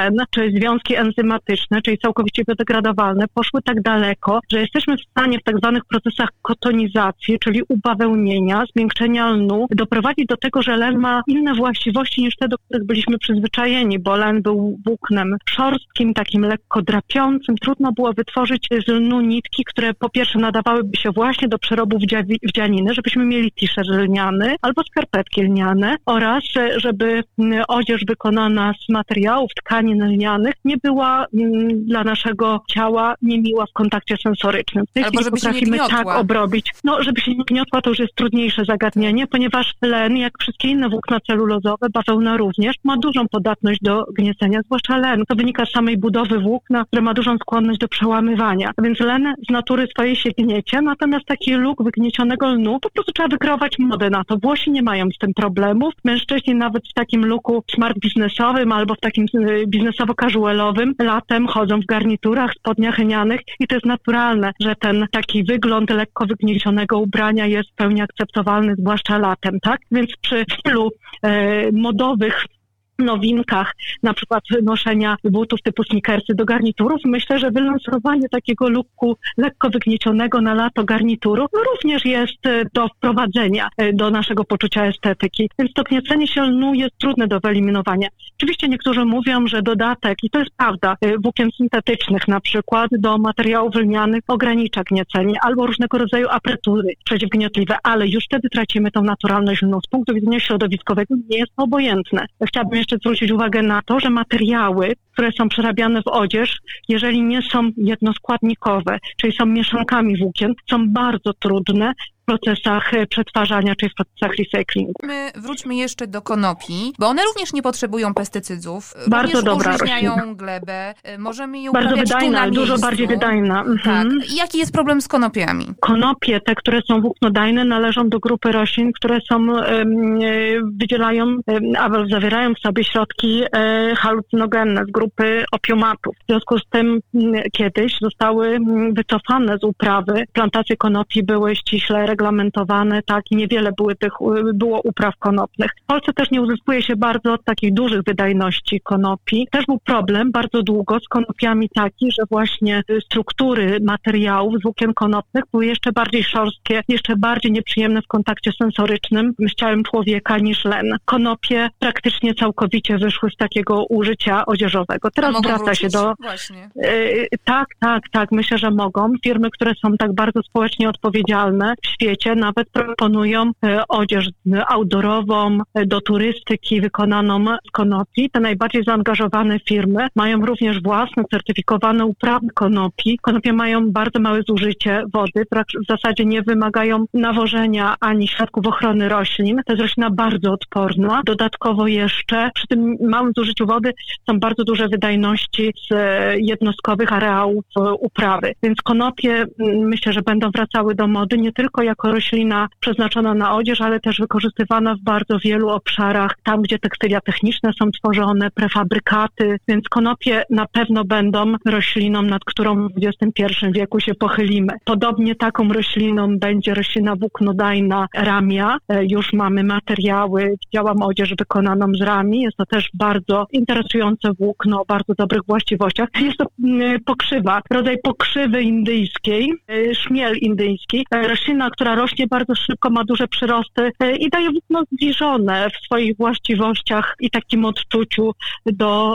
len czy związki enzymatyczne, czyli całkowicie biodegradowalne, poszły tak daleko, że jesteśmy w stanie w tak zwanych procesach kotonizacji, czyli ubawełnienia, zmiękczenia lnu, doprowadzić do tego, że len ma inne właściwości niż te, do których byliśmy przyzwyczajeni, bo len był włóknem szorstkim, takim lekko drapiącym. Trudno było wytworzyć z lnu nitki, które po pierwsze nadawałyby się właśnie do przerobu wdzianiny, żebyśmy mieli t-shirt lniany albo skarpetki lniane oraz żeby odzież wykonana z materiałów, tkanin lnianych nie była mm, dla naszego ciała niemiła w kontakcie sensorycznym. W tej albo żeby się nie gniotła. Tak obrobić. No, żeby się nie gniotła, to już jest trudniejsze zagadnienie, ponieważ len, jak wszystkie inne włókna celulozowe, bawełna również, ma dużą podatność do gniecenia, zwłaszcza len. To wynika z samej budowy włókna, które ma dużą skłonność do przełamywania. A więc len z natury swojej się gniecie, natomiast taki luk wygniecionego lnu, po prostu trzeba wykreować modę na to. Włosi nie mają z tym problemów. Mężczyźni nawet w takim luku smart biznesowym albo w takim biznesowo-casualowym latem chodzą w garniturach, spodniach lnianych i to jest naturalne, że ten taki wygląd lekko wygniecionego ubrania jest w pełni akceptowalny, zwłaszcza latem, tak? Więc przy wielu e, modowych nowinkach, na przykład noszenia butów typu sneakersy do garniturów, myślę, że wylansowanie takiego looku lekko wygniecionego na lato garnituru również jest do wprowadzenia do naszego poczucia estetyki. Więc to gniecenie się lnu jest trudne do wyeliminowania. Oczywiście niektórzy mówią, że dodatek, i to jest prawda, włókien syntetycznych na przykład do materiałów lnianych ogranicza gniecenie albo różnego rodzaju apretury przeciwgniotliwe, ale już wtedy tracimy tą naturalność lnu. Z punktu widzenia środowiskowego nie jest to obojętne. Chciałabym jeszcze zwrócić uwagę na to, że materiały, które są przerabiane w odzież, jeżeli nie są jednoskładnikowe, czyli są mieszankami włókien, są bardzo trudne w procesach przetwarzania, czyli w procesach recyklingu. My wróćmy jeszcze do konopi, bo one również nie potrzebują pestycydów. Bardzo również dobra użyźniają roślina. glebę. Możemy ją bardzo uprawiać wydajna, tu na dużo miejscu. bardziej wydajna. Mhm. Tak. I jaki jest problem z konopiami? Konopie, te, które są włóknodajne, należą do grupy roślin, które są, um, wydzielają, um, albo zawierają w sobie środki um, halucynogenne z grupy opiumatów. W związku z tym um, kiedyś zostały um, wycofane z uprawy. Plantacje konopi były ściśle reglamentowane, tak, i niewiele były tych, było upraw konopnych. W Polsce też nie uzyskuje się bardzo od takich dużych wydajności konopi. Też był problem bardzo długo z konopiami taki, że właśnie struktury materiałów z włókien konopnych były jeszcze bardziej szorstkie, jeszcze bardziej nieprzyjemne w kontakcie sensorycznym z ciałem człowieka niż len. Konopie praktycznie całkowicie wyszły z takiego użycia odzieżowego. Teraz wraca się do... Właśnie. Yy, tak, tak, tak. Myślę, że mogą. Firmy, które są tak bardzo społecznie odpowiedzialne w świecie, nawet proponują yy, odzież outdoorową, yy, do turystyki wykonaną z konopi. Te najbardziej zaangażowane firmy mają również własne certyfikowane uprawy konopi. Konopie mają bardzo małe zużycie wody, w zasadzie nie wymagają nawożenia ani środków ochrony roślin. To jest roślina bardzo odporna. Dodatkowo jeszcze przy tym małym zużyciu wody są bardzo duże wydajności z jednostkowych areałów uprawy. Więc konopie myślę, że będą wracały do mody nie tylko jako roślina przeznaczona na odzież, ale też wykorzystywana w bardzo wielu obszarach, tam gdzie tekstylia techniczne są tworzone, prefabrykaty, więc konopie na pewno będą rośliną, nad którą w dwudziestym pierwszym wieku się pochylimy. Podobnie taką rośliną będzie roślina włóknodajna ramia. Już mamy materiały, widziałam odzież wykonaną z rami. Jest to też bardzo interesujące włókno o bardzo dobrych właściwościach. Jest to pokrzywa, rodzaj pokrzywy indyjskiej, szmiel indyjski. Roślina, która rośnie bardzo szybko, ma duże przyrosty i daje włókno zbliżone w swoich właściwościach i takim odczuciu do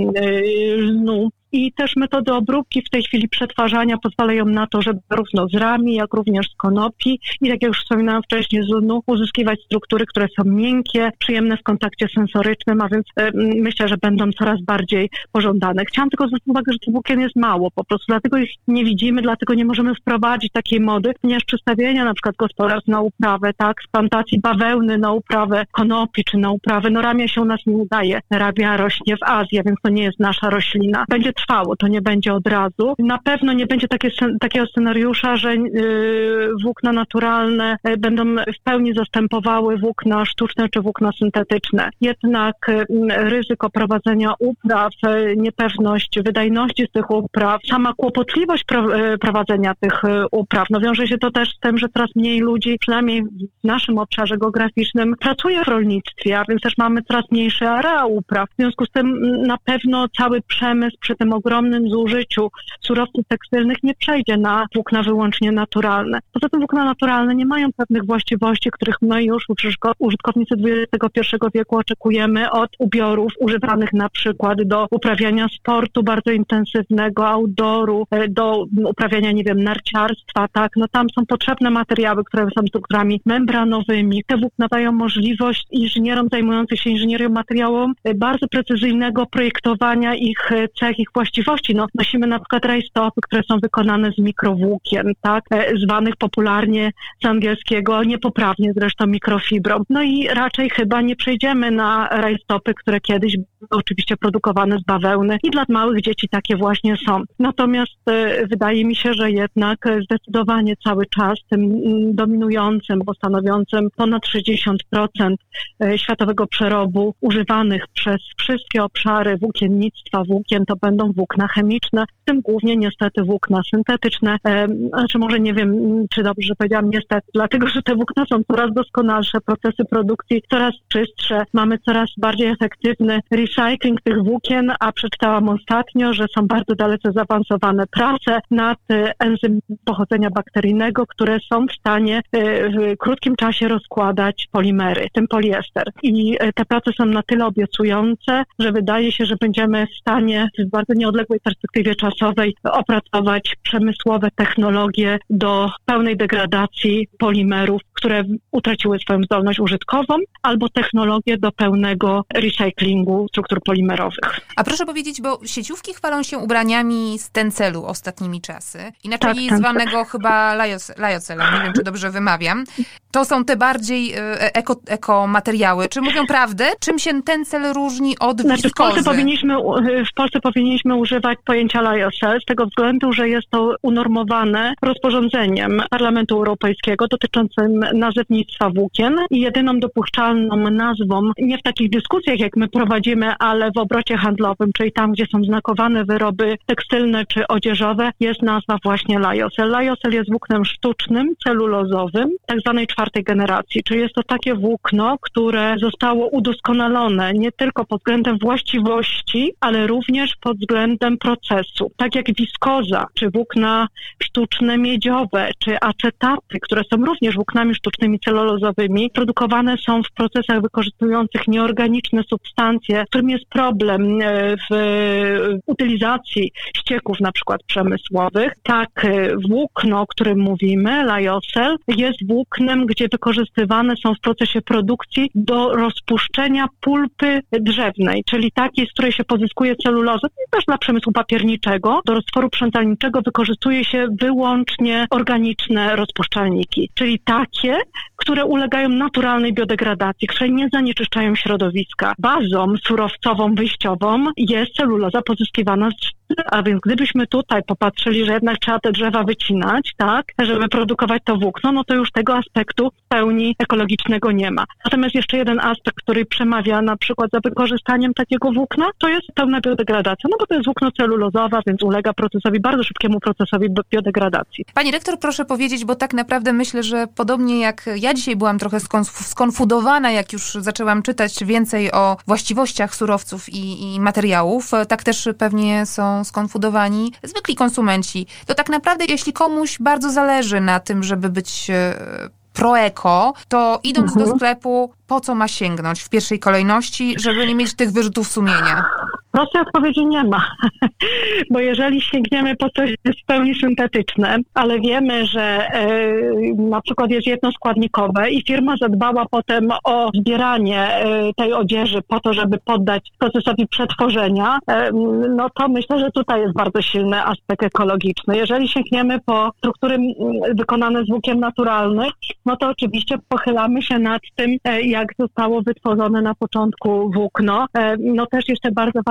lnu. I też metody obróbki w tej chwili przetwarzania pozwalają na to, żeby zarówno z rami, jak również z konopi i tak jak już wspominałam wcześniej z lnu, uzyskiwać struktury, które są miękkie, przyjemne w kontakcie sensorycznym, a więc y, myślę, że będą coraz bardziej pożądane. Chciałam tylko zwrócić uwagę, że tych włókien jest mało po prostu, dlatego ich nie widzimy, dlatego nie możemy wprowadzić takiej mody, ponieważ przedstawienia na przykład gospodarstw na uprawę, tak, z plantacji bawełny na uprawę konopi czy na uprawę, no ramia się u nas nie udaje. Ramia rośnie w Azji, więc to nie jest nasza roślina. Będzie trwało, to nie będzie od razu. Na pewno nie będzie takie, takiego scenariusza, że włókna naturalne będą w pełni zastępowały włókna sztuczne czy włókna syntetyczne. Jednak ryzyko prowadzenia upraw, niepewność wydajności z tych upraw, sama kłopotliwość prowadzenia tych upraw, no wiąże się to też z tym, że coraz mniej ludzi, przynajmniej w naszym obszarze geograficznym, pracuje w rolnictwie, a więc też mamy coraz mniejszy areał upraw. W związku z tym na pewno cały przemysł przy tym ogromnym zużyciu surowców tekstylnych nie przejdzie na włókna wyłącznie naturalne. Poza tym włókna naturalne nie mają pewnych właściwości, których my już użytkownicy dwudziestego pierwszego wieku oczekujemy od ubiorów używanych na przykład do uprawiania sportu bardzo intensywnego, outdooru, do uprawiania, nie wiem, narciarstwa, tak, no tam są potrzebne materiały, które są strukturami membranowymi. Te włókna dają możliwość inżynierom zajmującym się inżynierią materiałową bardzo precyzyjnego projektowania ich cech, ich właściwości. No, nosimy na przykład rajstopy, które są wykonane z mikrowłókien, tak, zwanych popularnie z angielskiego, niepoprawnie zresztą mikrofibrą. No i raczej chyba nie przejdziemy na rajstopy, które kiedyś były oczywiście produkowane z bawełny i dla małych dzieci takie właśnie są. Natomiast e, wydaje mi się, że jednak zdecydowanie cały czas tym dominującym, bo stanowiącym ponad sześćdziesiąt procent światowego przerobu używanych przez wszystkie obszary włókiennictwa, włókien, to będą włókna chemiczne, w tym głównie niestety włókna syntetyczne. E, znaczy może nie wiem, czy dobrze, że powiedziałam niestety, dlatego, że te włókna są coraz doskonalsze, procesy produkcji coraz czystsze, mamy coraz bardziej efektywny recycling tych włókien, a przeczytałam ostatnio, że są bardzo dalece zaawansowane prace nad enzymami pochodzenia bakteryjnego, które są w stanie w krótkim czasie rozkładać polimery, w tym poliester. I te prace są na tyle obiecujące, że wydaje się, że będziemy w stanie w bardzo nieodległej perspektywie czasowej opracować przemysłowe technologie do pełnej degradacji polimerów, które utraciły swoją zdolność użytkową, albo technologię do pełnego recyklingu struktur polimerowych. A proszę powiedzieć, bo sieciówki chwalą się ubraniami z tencelu ostatnimi czasy, inaczej tak, zwanego ten... chyba liocelem, nie wiem, czy dobrze wymawiam. To są te bardziej eko, eko materiały. Czy mówią prawdę? Czym się tencel różni od znaczy, wiskozy? W Polsce powinniśmy, w Polsce powinniśmy używać pojęcia liocel z tego względu, że jest to unormowane rozporządzeniem Parlamentu Europejskiego dotyczącym nazewnictwa włókien i jedyną dopuszczalną nazwą, nie w takich dyskusjach, jak my prowadzimy, ale w obrocie handlowym, czyli tam, gdzie są znakowane wyroby tekstylne czy odzieżowe, jest nazwa właśnie liocel. Liocel jest włóknem sztucznym, celulozowym, tak zwanej czwartej generacji, czyli jest to takie włókno, które zostało udoskonalone nie tylko pod względem właściwości, ale również pod względem procesu. Tak jak wiskoza, czy włókna sztuczne miedziowe, czy acetaty, które są również włóknami sztucznymi celulozowymi, produkowane są w procesach wykorzystujących nieorganiczne substancje, którym jest problem w utylizacji ścieków na przykład przemysłowych. Tak włókno, o którym mówimy, liocel, jest włóknem, gdzie wykorzystywane są w procesie produkcji do rozpuszczenia pulpy drzewnej, czyli takiej, z której się pozyskuje celulozę, też dla przemysłu papierniczego, do roztworu przędzalniczego wykorzystuje się wyłącznie organiczne rozpuszczalniki, czyli takie, które ulegają naturalnej biodegradacji, które nie zanieczyszczają środowiska. Bazą surowcową wyjściową jest celuloza pozyskiwana z drzew, a więc gdybyśmy tutaj popatrzyli, że jednak trzeba te drzewa wycinać, tak, żeby produkować to włókno, no to już tego aspektu w pełni ekologicznego nie ma. Natomiast jeszcze jeden aspekt, który przemawia na przykład za wykorzystaniem takiego włókna, to jest pełna biodegradacja, no bo to jest włókno celulozowe, więc ulega procesowi, bardzo szybkiemu procesowi biodegradacji. Pani rektor, proszę powiedzieć, bo tak naprawdę myślę, że podobnie jak ja dzisiaj byłam trochę skonf- skonfudowana, jak już zaczęłam czytać więcej o właściwościach surowców i, i materiałów, tak też pewnie są skonfudowani zwykli konsumenci. To tak naprawdę, jeśli komuś bardzo zależy na tym, żeby być proeko, to idąc mhm. do sklepu, po co ma sięgnąć w pierwszej kolejności, żeby nie mieć tych wyrzutów sumienia? Prostej odpowiedzi nie ma, bo jeżeli sięgniemy po coś, jest w pełni syntetyczne, ale wiemy, że e, na przykład jest jednoskładnikowe i firma zadbała potem o zbieranie e, tej odzieży po to, żeby poddać procesowi przetworzenia, e, no to myślę, że tutaj jest bardzo silny aspekt ekologiczny. Jeżeli sięgniemy po struktury wykonane z włókien naturalnych, no to oczywiście pochylamy się nad tym, e, jak zostało wytworzone na początku włókno. E, no też jeszcze bardzo ważne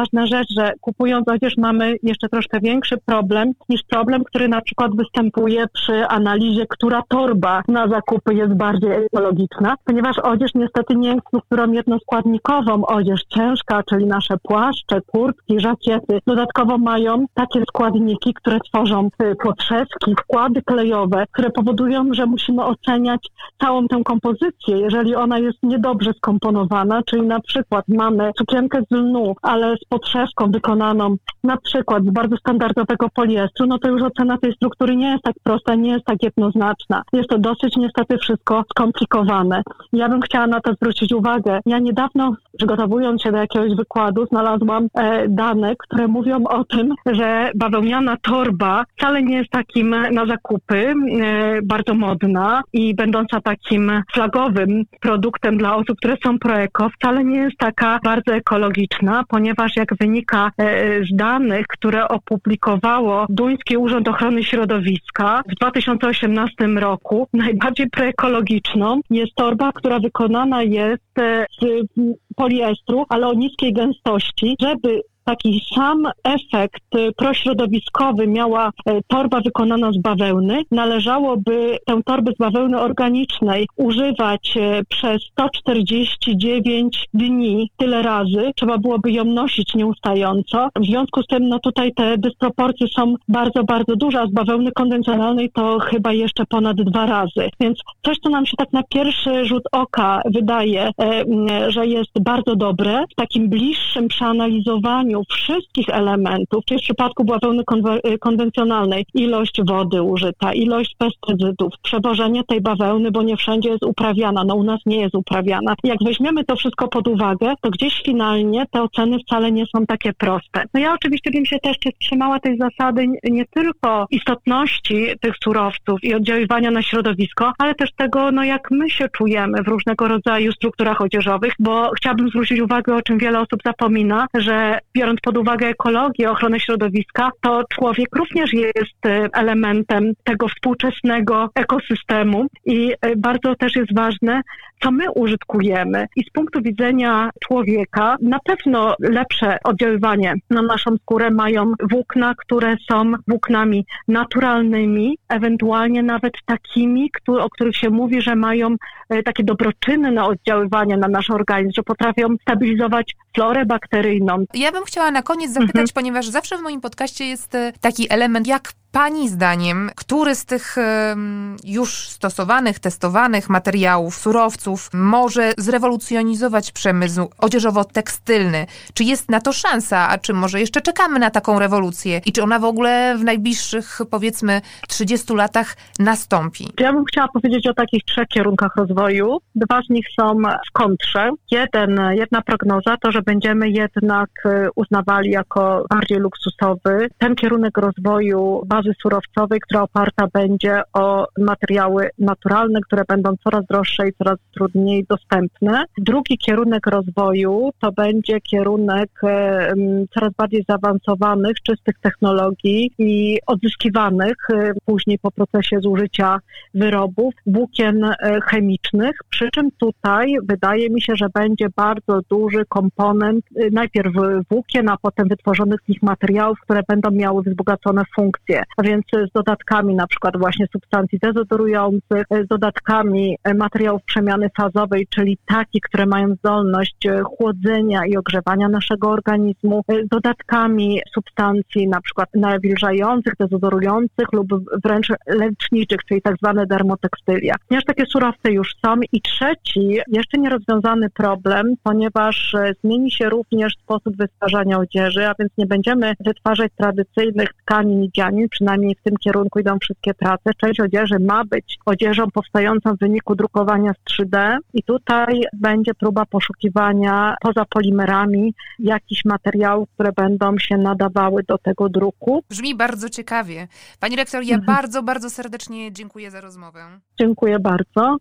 ważna rzecz, że kupując odzież mamy jeszcze troszkę większy problem niż problem, który na przykład występuje przy analizie, która torba na zakupy jest bardziej ekologiczna, ponieważ odzież niestety nie jest strukturą jednoskładnikową. Odzież ciężka, czyli nasze płaszcze, kurtki, żakiety, dodatkowo mają takie składniki, które tworzą podszewki, składy klejowe, które powodują, że musimy oceniać całą tę kompozycję. Jeżeli ona jest niedobrze skomponowana, czyli na przykład mamy sukienkę z lnu, ale z podszewką wykonaną na przykład z bardzo standardowego poliestru, no to już ocena tej struktury nie jest tak prosta, nie jest tak jednoznaczna. Jest to dosyć niestety wszystko skomplikowane. Ja bym chciała na to zwrócić uwagę. Ja niedawno, przygotowując się do jakiegoś wykładu, znalazłam e, dane, które mówią o tym, że bawełniana torba wcale nie jest takim na zakupy e, bardzo modna i będąca takim flagowym produktem dla osób, które są pro-eko, wcale nie jest taka bardzo ekologiczna, ponieważ jak wynika e, z danych, które opublikowało Duński Urząd Ochrony Środowiska w dwa tysiące osiemnastym roku, najbardziej proekologiczną jest torba, która wykonana jest z poliestru, ale o niskiej gęstości, żeby taki sam efekt prośrodowiskowy miała torba wykonana z bawełny, należałoby tę torbę z bawełny organicznej używać przez sto czterdzieści dziewięć dni, tyle razy. Trzeba byłoby ją nosić nieustająco. W związku z tym, no tutaj te dysproporcje są bardzo, bardzo duże, a z bawełny konwencjonalnej to chyba jeszcze ponad dwa razy. Więc coś, co nam się tak na pierwszy rzut oka wydaje, że jest bardzo dobre, w takim bliższym przeanalizowaniu wszystkich elementów, czyli w przypadku bawełny konwe- konwencjonalnej, ilość wody użyta, ilość pestycydów, przewożenie tej bawełny, bo nie wszędzie jest uprawiana, no u nas nie jest uprawiana. Jak weźmiemy to wszystko pod uwagę, to gdzieś finalnie te oceny wcale nie są takie proste. No ja oczywiście bym się też trzymała tej zasady nie tylko istotności tych surowców i oddziaływania na środowisko, ale też tego, no jak my się czujemy w różnego rodzaju strukturach odzieżowych, bo chciałabym zwrócić uwagę, o czym wiele osób zapomina, że biorąc pod uwagę ekologię, ochronę środowiska, to człowiek również jest elementem tego współczesnego ekosystemu i bardzo też jest ważne, co my użytkujemy. I z punktu widzenia człowieka na pewno lepsze oddziaływanie na naszą skórę mają włókna, które są włóknami naturalnymi, ewentualnie nawet takimi, o których się mówi, że mają takie dobroczynne oddziaływanie na nasz organizm, że potrafią stabilizować florę bakteryjną. Ja bym chciała na koniec zapytać, mhm. ponieważ zawsze w moim podcaście jest taki element, jak Pani zdaniem, który z tych um, już stosowanych, testowanych materiałów, surowców może zrewolucjonizować przemysł odzieżowo-tekstylny? Czy jest na to szansa, a czy może jeszcze czekamy na taką rewolucję? I czy ona w ogóle w najbliższych, powiedzmy, trzydziestu latach nastąpi? Ja bym chciała powiedzieć o takich trzech kierunkach rozwoju. Dwa z nich są w kontrze. Jeden, jedna prognoza to, że będziemy jednak uznawali jako bardziej luksusowy ten kierunek rozwoju bazy surowcowej, która oparta będzie o materiały naturalne, które będą coraz droższe i coraz trudniej dostępne. Drugi kierunek rozwoju to będzie kierunek e, coraz bardziej zaawansowanych, czystych technologii i odzyskiwanych e, później po procesie zużycia wyrobów, włókien e, chemicznych, przy czym tutaj wydaje mi się, że będzie bardzo duży komponent e, najpierw włókien, a potem wytworzonych z nich materiałów, które będą miały wzbogacone funkcje. A więc z dodatkami na przykład właśnie substancji dezodorujących, z dodatkami materiałów przemiany fazowej, czyli takich, które mają zdolność chłodzenia i ogrzewania naszego organizmu, z dodatkami substancji na przykład nawilżających, dezodorujących lub wręcz leczniczych, czyli tak zwane dermotekstylia. Ponieważ takie surowce już są. I trzeci, jeszcze nierozwiązany problem, ponieważ zmieni się również sposób wytwarzania odzieży, a więc nie będziemy wytwarzać tradycyjnych tkanin i dzianin, przynajmniej w tym kierunku idą wszystkie prace. Część odzieży ma być odzieżą powstającą w wyniku drukowania z trzy D i tutaj będzie próba poszukiwania poza polimerami jakichś materiałów, które będą się nadawały do tego druku. Brzmi bardzo ciekawie. Pani rektor, ja mhm. bardzo, bardzo serdecznie dziękuję za rozmowę. Dziękuję bardzo.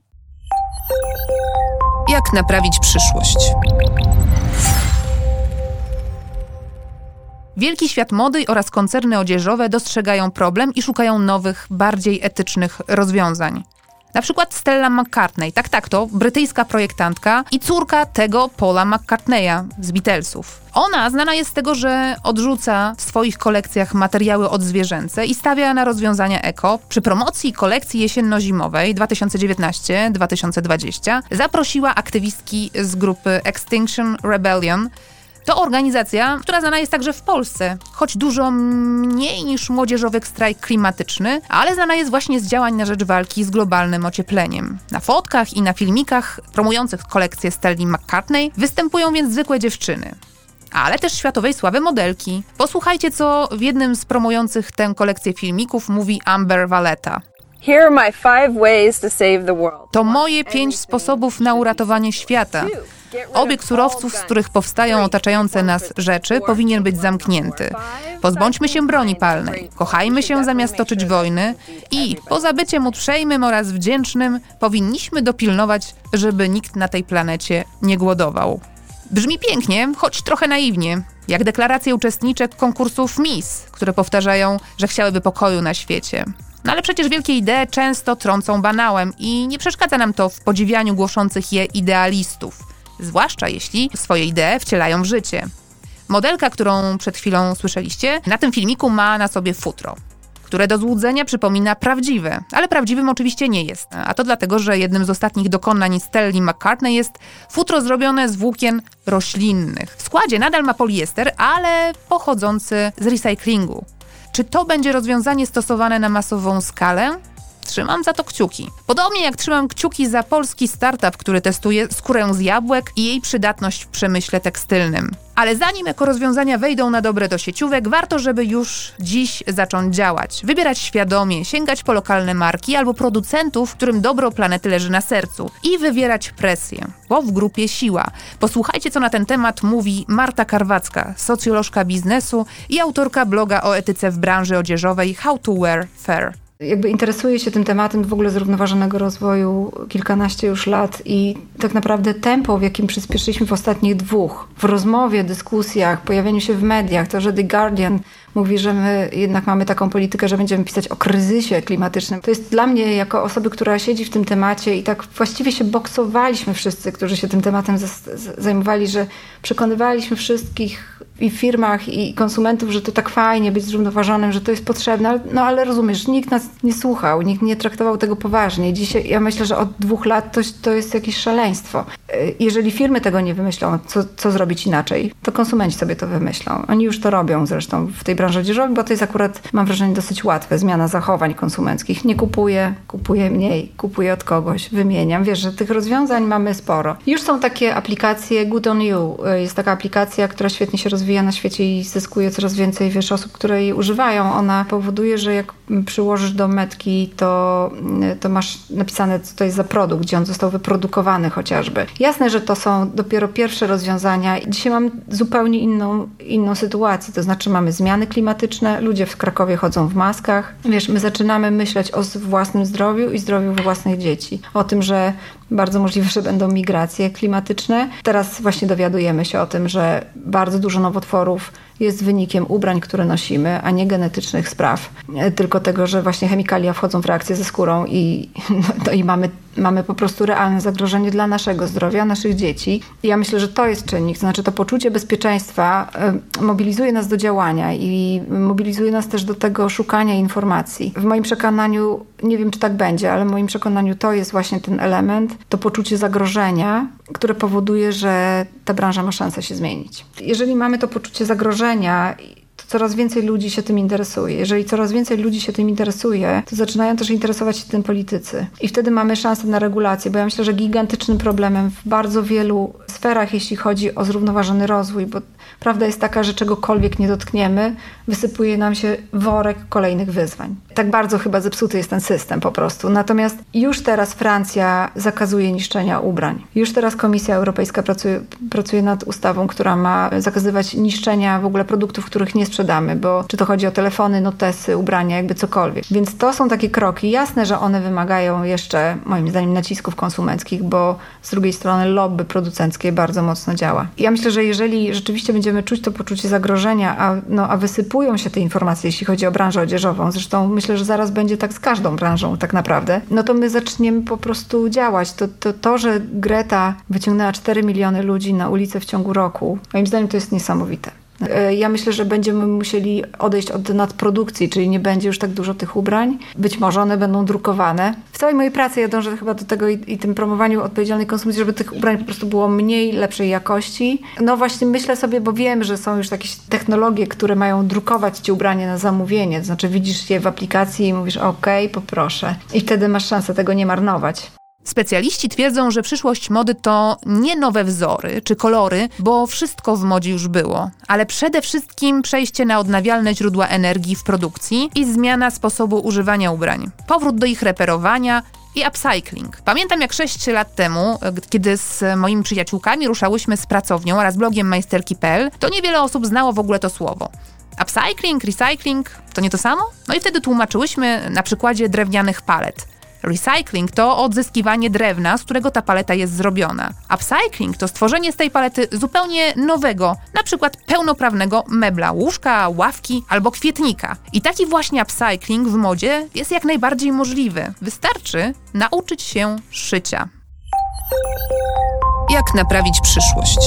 Jak naprawić przyszłość? Wielki świat mody oraz koncerny odzieżowe dostrzegają problem i szukają nowych, bardziej etycznych rozwiązań. Na przykład Stella McCartney, tak, tak, to brytyjska projektantka i córka tego Paula McCartneya z Beatlesów. Ona znana jest z tego, że odrzuca w swoich kolekcjach materiały odzwierzęce i stawia na rozwiązania eko. Przy promocji kolekcji jesienno-zimowej dwa tysiące dziewiętnaście dwa tysiące dwadzieścia zaprosiła aktywistki z grupy Extinction Rebellion. To organizacja, która znana jest także w Polsce, choć dużo mniej niż młodzieżowy strajk klimatyczny, ale znana jest właśnie z działań na rzecz walki z globalnym ociepleniem. Na fotkach i na filmikach promujących kolekcję Stelli McCartney występują więc zwykłe dziewczyny, ale też światowej sławy modelki. Posłuchajcie, co w jednym z promujących tę kolekcję filmików mówi Amber Valletta. Here are my five ways to save the world. To moje pięć sposobów na uratowanie świata. Obieg surowców, z których powstają otaczające nas rzeczy, powinien być zamknięty. Pozbądźmy się broni palnej, kochajmy się zamiast toczyć wojny i poza byciem uprzejmym oraz wdzięcznym powinniśmy dopilnować, żeby nikt na tej planecie nie głodował. Brzmi pięknie, choć trochę naiwnie, jak deklaracje uczestniczek konkursów Miss, które powtarzają, że chciałyby pokoju na świecie. No ale przecież wielkie idee często trącą banałem i nie przeszkadza nam to w podziwianiu głoszących je idealistów. Zwłaszcza jeśli swoje idee wcielają w życie. Modelka, którą przed chwilą słyszeliście, na tym filmiku ma na sobie futro, które do złudzenia przypomina prawdziwe, ale prawdziwym oczywiście nie jest. A to dlatego, że jednym z ostatnich dokonań Stelli McCartney jest futro zrobione z włókien roślinnych. W składzie nadal ma poliester, ale pochodzący z recyklingu. Czy to będzie rozwiązanie stosowane na masową skalę? Trzymam za to kciuki. Podobnie jak trzymam kciuki za polski startup, który testuje skórę z jabłek i jej przydatność w przemyśle tekstylnym. Ale zanim ekorozwiązania wejdą na dobre do sieciówek, warto, żeby już dziś zacząć działać. Wybierać świadomie, sięgać po lokalne marki albo producentów, którym dobro planety leży na sercu i wywierać presję, bo w grupie siła. Posłuchajcie, co na ten temat mówi Marta Karwacka, socjolożka biznesu i autorka bloga o etyce w branży odzieżowej How to Wear Fair. Jakby interesuję się tym tematem w ogóle zrównoważonego rozwoju kilkanaście już lat i tak naprawdę tempo, w jakim przyspieszyliśmy w ostatnich dwóch, w rozmowie, dyskusjach, pojawieniu się w mediach, to, że The Guardian mówi, że my jednak mamy taką politykę, że będziemy pisać o kryzysie klimatycznym. To jest dla mnie, jako osoby, która siedzi w tym temacie i tak właściwie się boksowaliśmy wszyscy, którzy się tym tematem zajmowali, że przekonywaliśmy wszystkich i w firmach, i konsumentów, że to tak fajnie być zrównoważonym, że to jest potrzebne. No ale rozumiesz, nikt nas nie słuchał, nikt nie traktował tego poważnie. Dzisiaj ja myślę, że od dwóch lat to, to jest jakieś szaleństwo. Jeżeli firmy tego nie wymyślą, co, co zrobić inaczej, to konsumenci sobie to wymyślą. Oni już to robią zresztą w tej branży odzieżowej, bo to jest akurat, mam wrażenie, dosyć łatwe. Zmiana zachowań konsumenckich. Nie kupuję, kupuję mniej, kupuję od kogoś, wymieniam. Wiesz, że tych rozwiązań mamy sporo. Już są takie aplikacje Good on You. Jest taka aplikacja, która świetnie się rozwija na świecie i zyskuje coraz więcej, wiesz, osób, które jej używają. Ona powoduje, że jak przyłożysz do metki, to, to masz napisane, co to jest za produkt, gdzie on został wyprodukowany chociażby. Jasne, że to są dopiero pierwsze rozwiązania. Dzisiaj mam zupełnie inną, inną sytuację. To znaczy mamy zmiany klimatyczne, ludzie w Krakowie chodzą w maskach. Wiesz, my zaczynamy myśleć o własnym zdrowiu i zdrowiu własnych dzieci. O tym, że bardzo możliwe, że będą migracje klimatyczne. Teraz właśnie dowiadujemy się o tym, że bardzo dużo nowotworów jest wynikiem ubrań, które nosimy, a nie genetycznych spraw. Tylko tego, że właśnie chemikalia wchodzą w reakcję ze skórą i, no i mamy, mamy po prostu realne zagrożenie dla naszego zdrowia, naszych dzieci. I ja myślę, że to jest czynnik. To znaczy to poczucie bezpieczeństwa mobilizuje nas do działania i mobilizuje nas też do tego szukania informacji. W moim przekonaniu, nie wiem czy tak będzie, ale w moim przekonaniu to jest właśnie ten element, to poczucie zagrożenia, które powoduje, że ta branża ma szansę się zmienić. Jeżeli mamy to poczucie zagrożenia, to coraz więcej ludzi się tym interesuje. Jeżeli coraz więcej ludzi się tym interesuje, to zaczynają też interesować się tym politycy. I wtedy mamy szansę na regulację, bo ja myślę, że gigantycznym problemem w bardzo wielu sferach, jeśli chodzi o zrównoważony rozwój, bo prawda jest taka, że czegokolwiek nie dotkniemy, wysypuje nam się worek kolejnych wyzwań. Tak bardzo chyba zepsuty jest ten system po prostu. Natomiast już teraz Francja zakazuje niszczenia ubrań. Już teraz Komisja Europejska pracuje, pracuje nad ustawą, która ma zakazywać niszczenia w ogóle produktów, których nie sprzedajemy sprzedamy, bo czy to chodzi o telefony, notesy, ubrania, jakby cokolwiek. Więc to są takie kroki. Jasne, że one wymagają jeszcze, moim zdaniem, nacisków konsumenckich, bo z drugiej strony lobby producenckie bardzo mocno działa. Ja myślę, że jeżeli rzeczywiście będziemy czuć to poczucie zagrożenia, a, no, a wysypują się te informacje, jeśli chodzi o branżę odzieżową, zresztą myślę, że zaraz będzie tak z każdą branżą tak naprawdę, no to my zaczniemy po prostu działać. To, to, to że Greta wyciągnęła cztery miliony ludzi na ulicę w ciągu roku, moim zdaniem to jest niesamowite. Ja myślę, że będziemy musieli odejść od nadprodukcji, czyli nie będzie już tak dużo tych ubrań. Być może one będą drukowane. W całej mojej pracy ja dążę chyba do tego i, i tym promowaniu odpowiedzialnej konsumpcji, żeby tych ubrań po prostu było mniej, lepszej jakości. No właśnie myślę sobie, bo wiem, że są już jakieś technologie, które mają drukować ci ubranie na zamówienie. To znaczy widzisz je w aplikacji i mówisz okej, okay, poproszę. I wtedy masz szansę tego nie marnować. Specjaliści twierdzą, że przyszłość mody to nie nowe wzory czy kolory, bo wszystko w modzie już było, ale przede wszystkim przejście na odnawialne źródła energii w produkcji i zmiana sposobu używania ubrań, powrót do ich reperowania i upcycling. Pamiętam jak sześć lat temu, kiedy z moimi przyjaciółkami ruszałyśmy z pracownią oraz blogiem majsterki kropka pe el, to niewiele osób znało w ogóle to słowo. Upcycling, recycling to nie to samo? No i wtedy tłumaczyłyśmy na przykładzie drewnianych palet. Recycling to odzyskiwanie drewna, z którego ta paleta jest zrobiona. Upcycling to stworzenie z tej palety zupełnie nowego, na przykład pełnoprawnego mebla, łóżka, ławki albo kwietnika. I taki właśnie upcycling w modzie jest jak najbardziej możliwy. Wystarczy nauczyć się szycia. Jak naprawić przyszłość?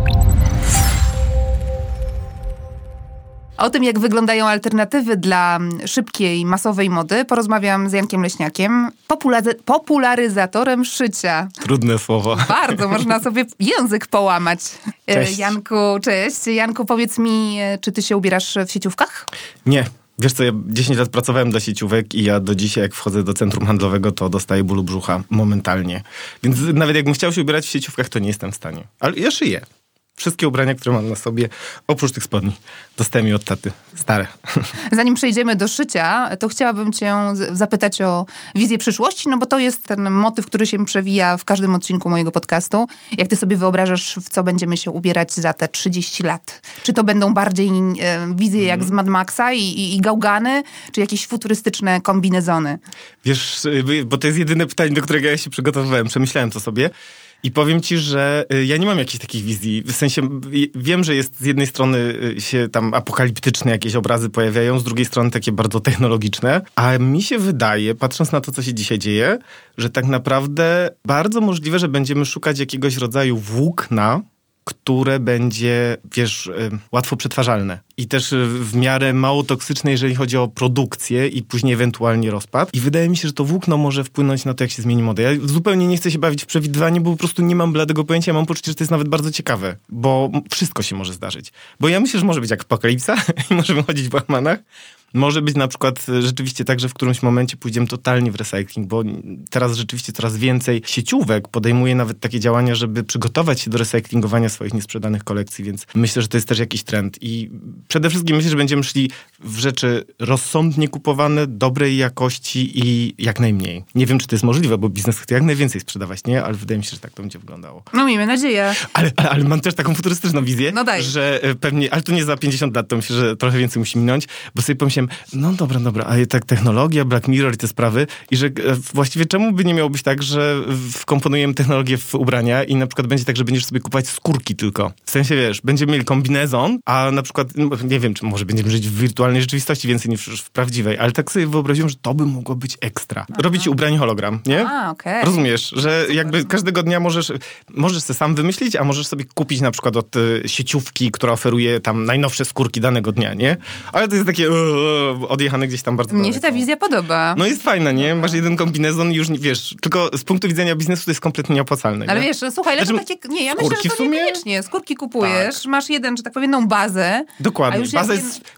O tym, jak wyglądają alternatywy dla szybkiej, masowej mody, porozmawiam z Jankiem Leśniakiem, populazy- popularyzatorem szycia. Trudne słowo. Bardzo, można sobie język połamać. Cześć. Janku, cześć. Janku, powiedz mi, czy ty się ubierasz w sieciówkach? Nie. Wiesz co, ja dziesięć lat pracowałem dla sieciówek i ja do dzisiaj, jak wchodzę do centrum handlowego, to dostaję bólu brzucha momentalnie. Więc nawet jakbym chciał się ubierać w sieciówkach, to nie jestem w stanie. Ale ja szyję. Wszystkie ubrania, które mam na sobie, oprócz tych spodni, dostałem je od taty. Stare. Zanim przejdziemy do szycia, to chciałabym cię zapytać o wizję przyszłości, no bo to jest ten motyw, który się przewija w każdym odcinku mojego podcastu. Jak ty sobie wyobrażasz, w co będziemy się ubierać za te trzydzieści lat? Czy to będą bardziej e, wizje jak z Mad Maxa i, i, i gałgany, czy jakieś futurystyczne kombinezony? Wiesz, bo to jest jedyne pytanie, do którego ja się przygotowywałem. Przemyślałem to sobie. I powiem ci, że ja nie mam jakichś takich wizji. W sensie wiem, że jest z jednej strony się tam apokaliptyczne jakieś obrazy pojawiają, z drugiej strony takie bardzo technologiczne. A mi się wydaje, patrząc na to, co się dzisiaj dzieje, że tak naprawdę bardzo możliwe, że będziemy szukać jakiegoś rodzaju włókna, które będzie, wiesz, łatwo przetwarzalne. I też w miarę mało toksyczne, jeżeli chodzi o produkcję i później ewentualnie rozpad. I wydaje mi się, że to włókno może wpłynąć na to, jak się zmieni moda. Ja zupełnie nie chcę się bawić w przewidywanie, bo po prostu nie mam bladego pojęcia. Ja mam poczucie, że to jest nawet bardzo ciekawe, bo wszystko się może zdarzyć. Bo ja myślę, że może być jak apokalipsa i możemy chodzić w łachmanach. Może być na przykład rzeczywiście tak, że w którymś momencie pójdziemy totalnie w recycling, bo teraz rzeczywiście coraz więcej sieciówek podejmuje nawet takie działania, żeby przygotować się do recyklingowania swoich niesprzedanych kolekcji, więc myślę, że to jest też jakiś trend. I przede wszystkim myślę, że będziemy szli w rzeczy rozsądnie kupowane, dobrej jakości i jak najmniej. Nie wiem, czy to jest możliwe, bo biznes chce jak najwięcej sprzedawać, nie? Ale wydaje mi się, że tak to będzie wyglądało. No miejmy nadzieję. Ale, ale, ale mam też taką futurystyczną wizję, no daj. Że pewnie, ale to nie za pięćdziesiąt lat, to myślę, że trochę więcej musi minąć, bo sobie pomyślałem, no dobra, dobra, ale tak technologia, Black Mirror i te sprawy i że właściwie czemu by nie miało być tak, że wkomponujemy technologię w ubrania i na przykład będzie tak, że będziesz sobie kupować skórki tylko. W sensie, wiesz, będziemy mieli kombinezon, a na przykład, nie wiem, czy może będziemy żyć w wirtualnej rzeczywistości więcej niż w prawdziwej, ale tak sobie wyobraziłem, że to by mogło być ekstra. Aha. Robić ubrań hologram, nie? A, okej. Rozumiesz, że jakby każdego dnia możesz, możesz sobie sam wymyślić, a możesz sobie kupić na przykład od y, sieciówki, która oferuje tam najnowsze skórki danego dnia, nie? Ale to jest takie uh, odjechane gdzieś tam bardzo Mnie daleko. się ta wizja podoba. No jest fajna, nie? Masz jeden kombinezon i już, wiesz, tylko z punktu widzenia biznesu to jest kompletnie nieopłacalne. Ale nie? wiesz, słuchaj, znaczy, takie... Nie, ja myślę, że to w sumie? niekoniecznie. Skórki kupujesz, tak. Masz jeden, że tak powiem, jedną bazę. Dokładnie. A już Baza jak... jest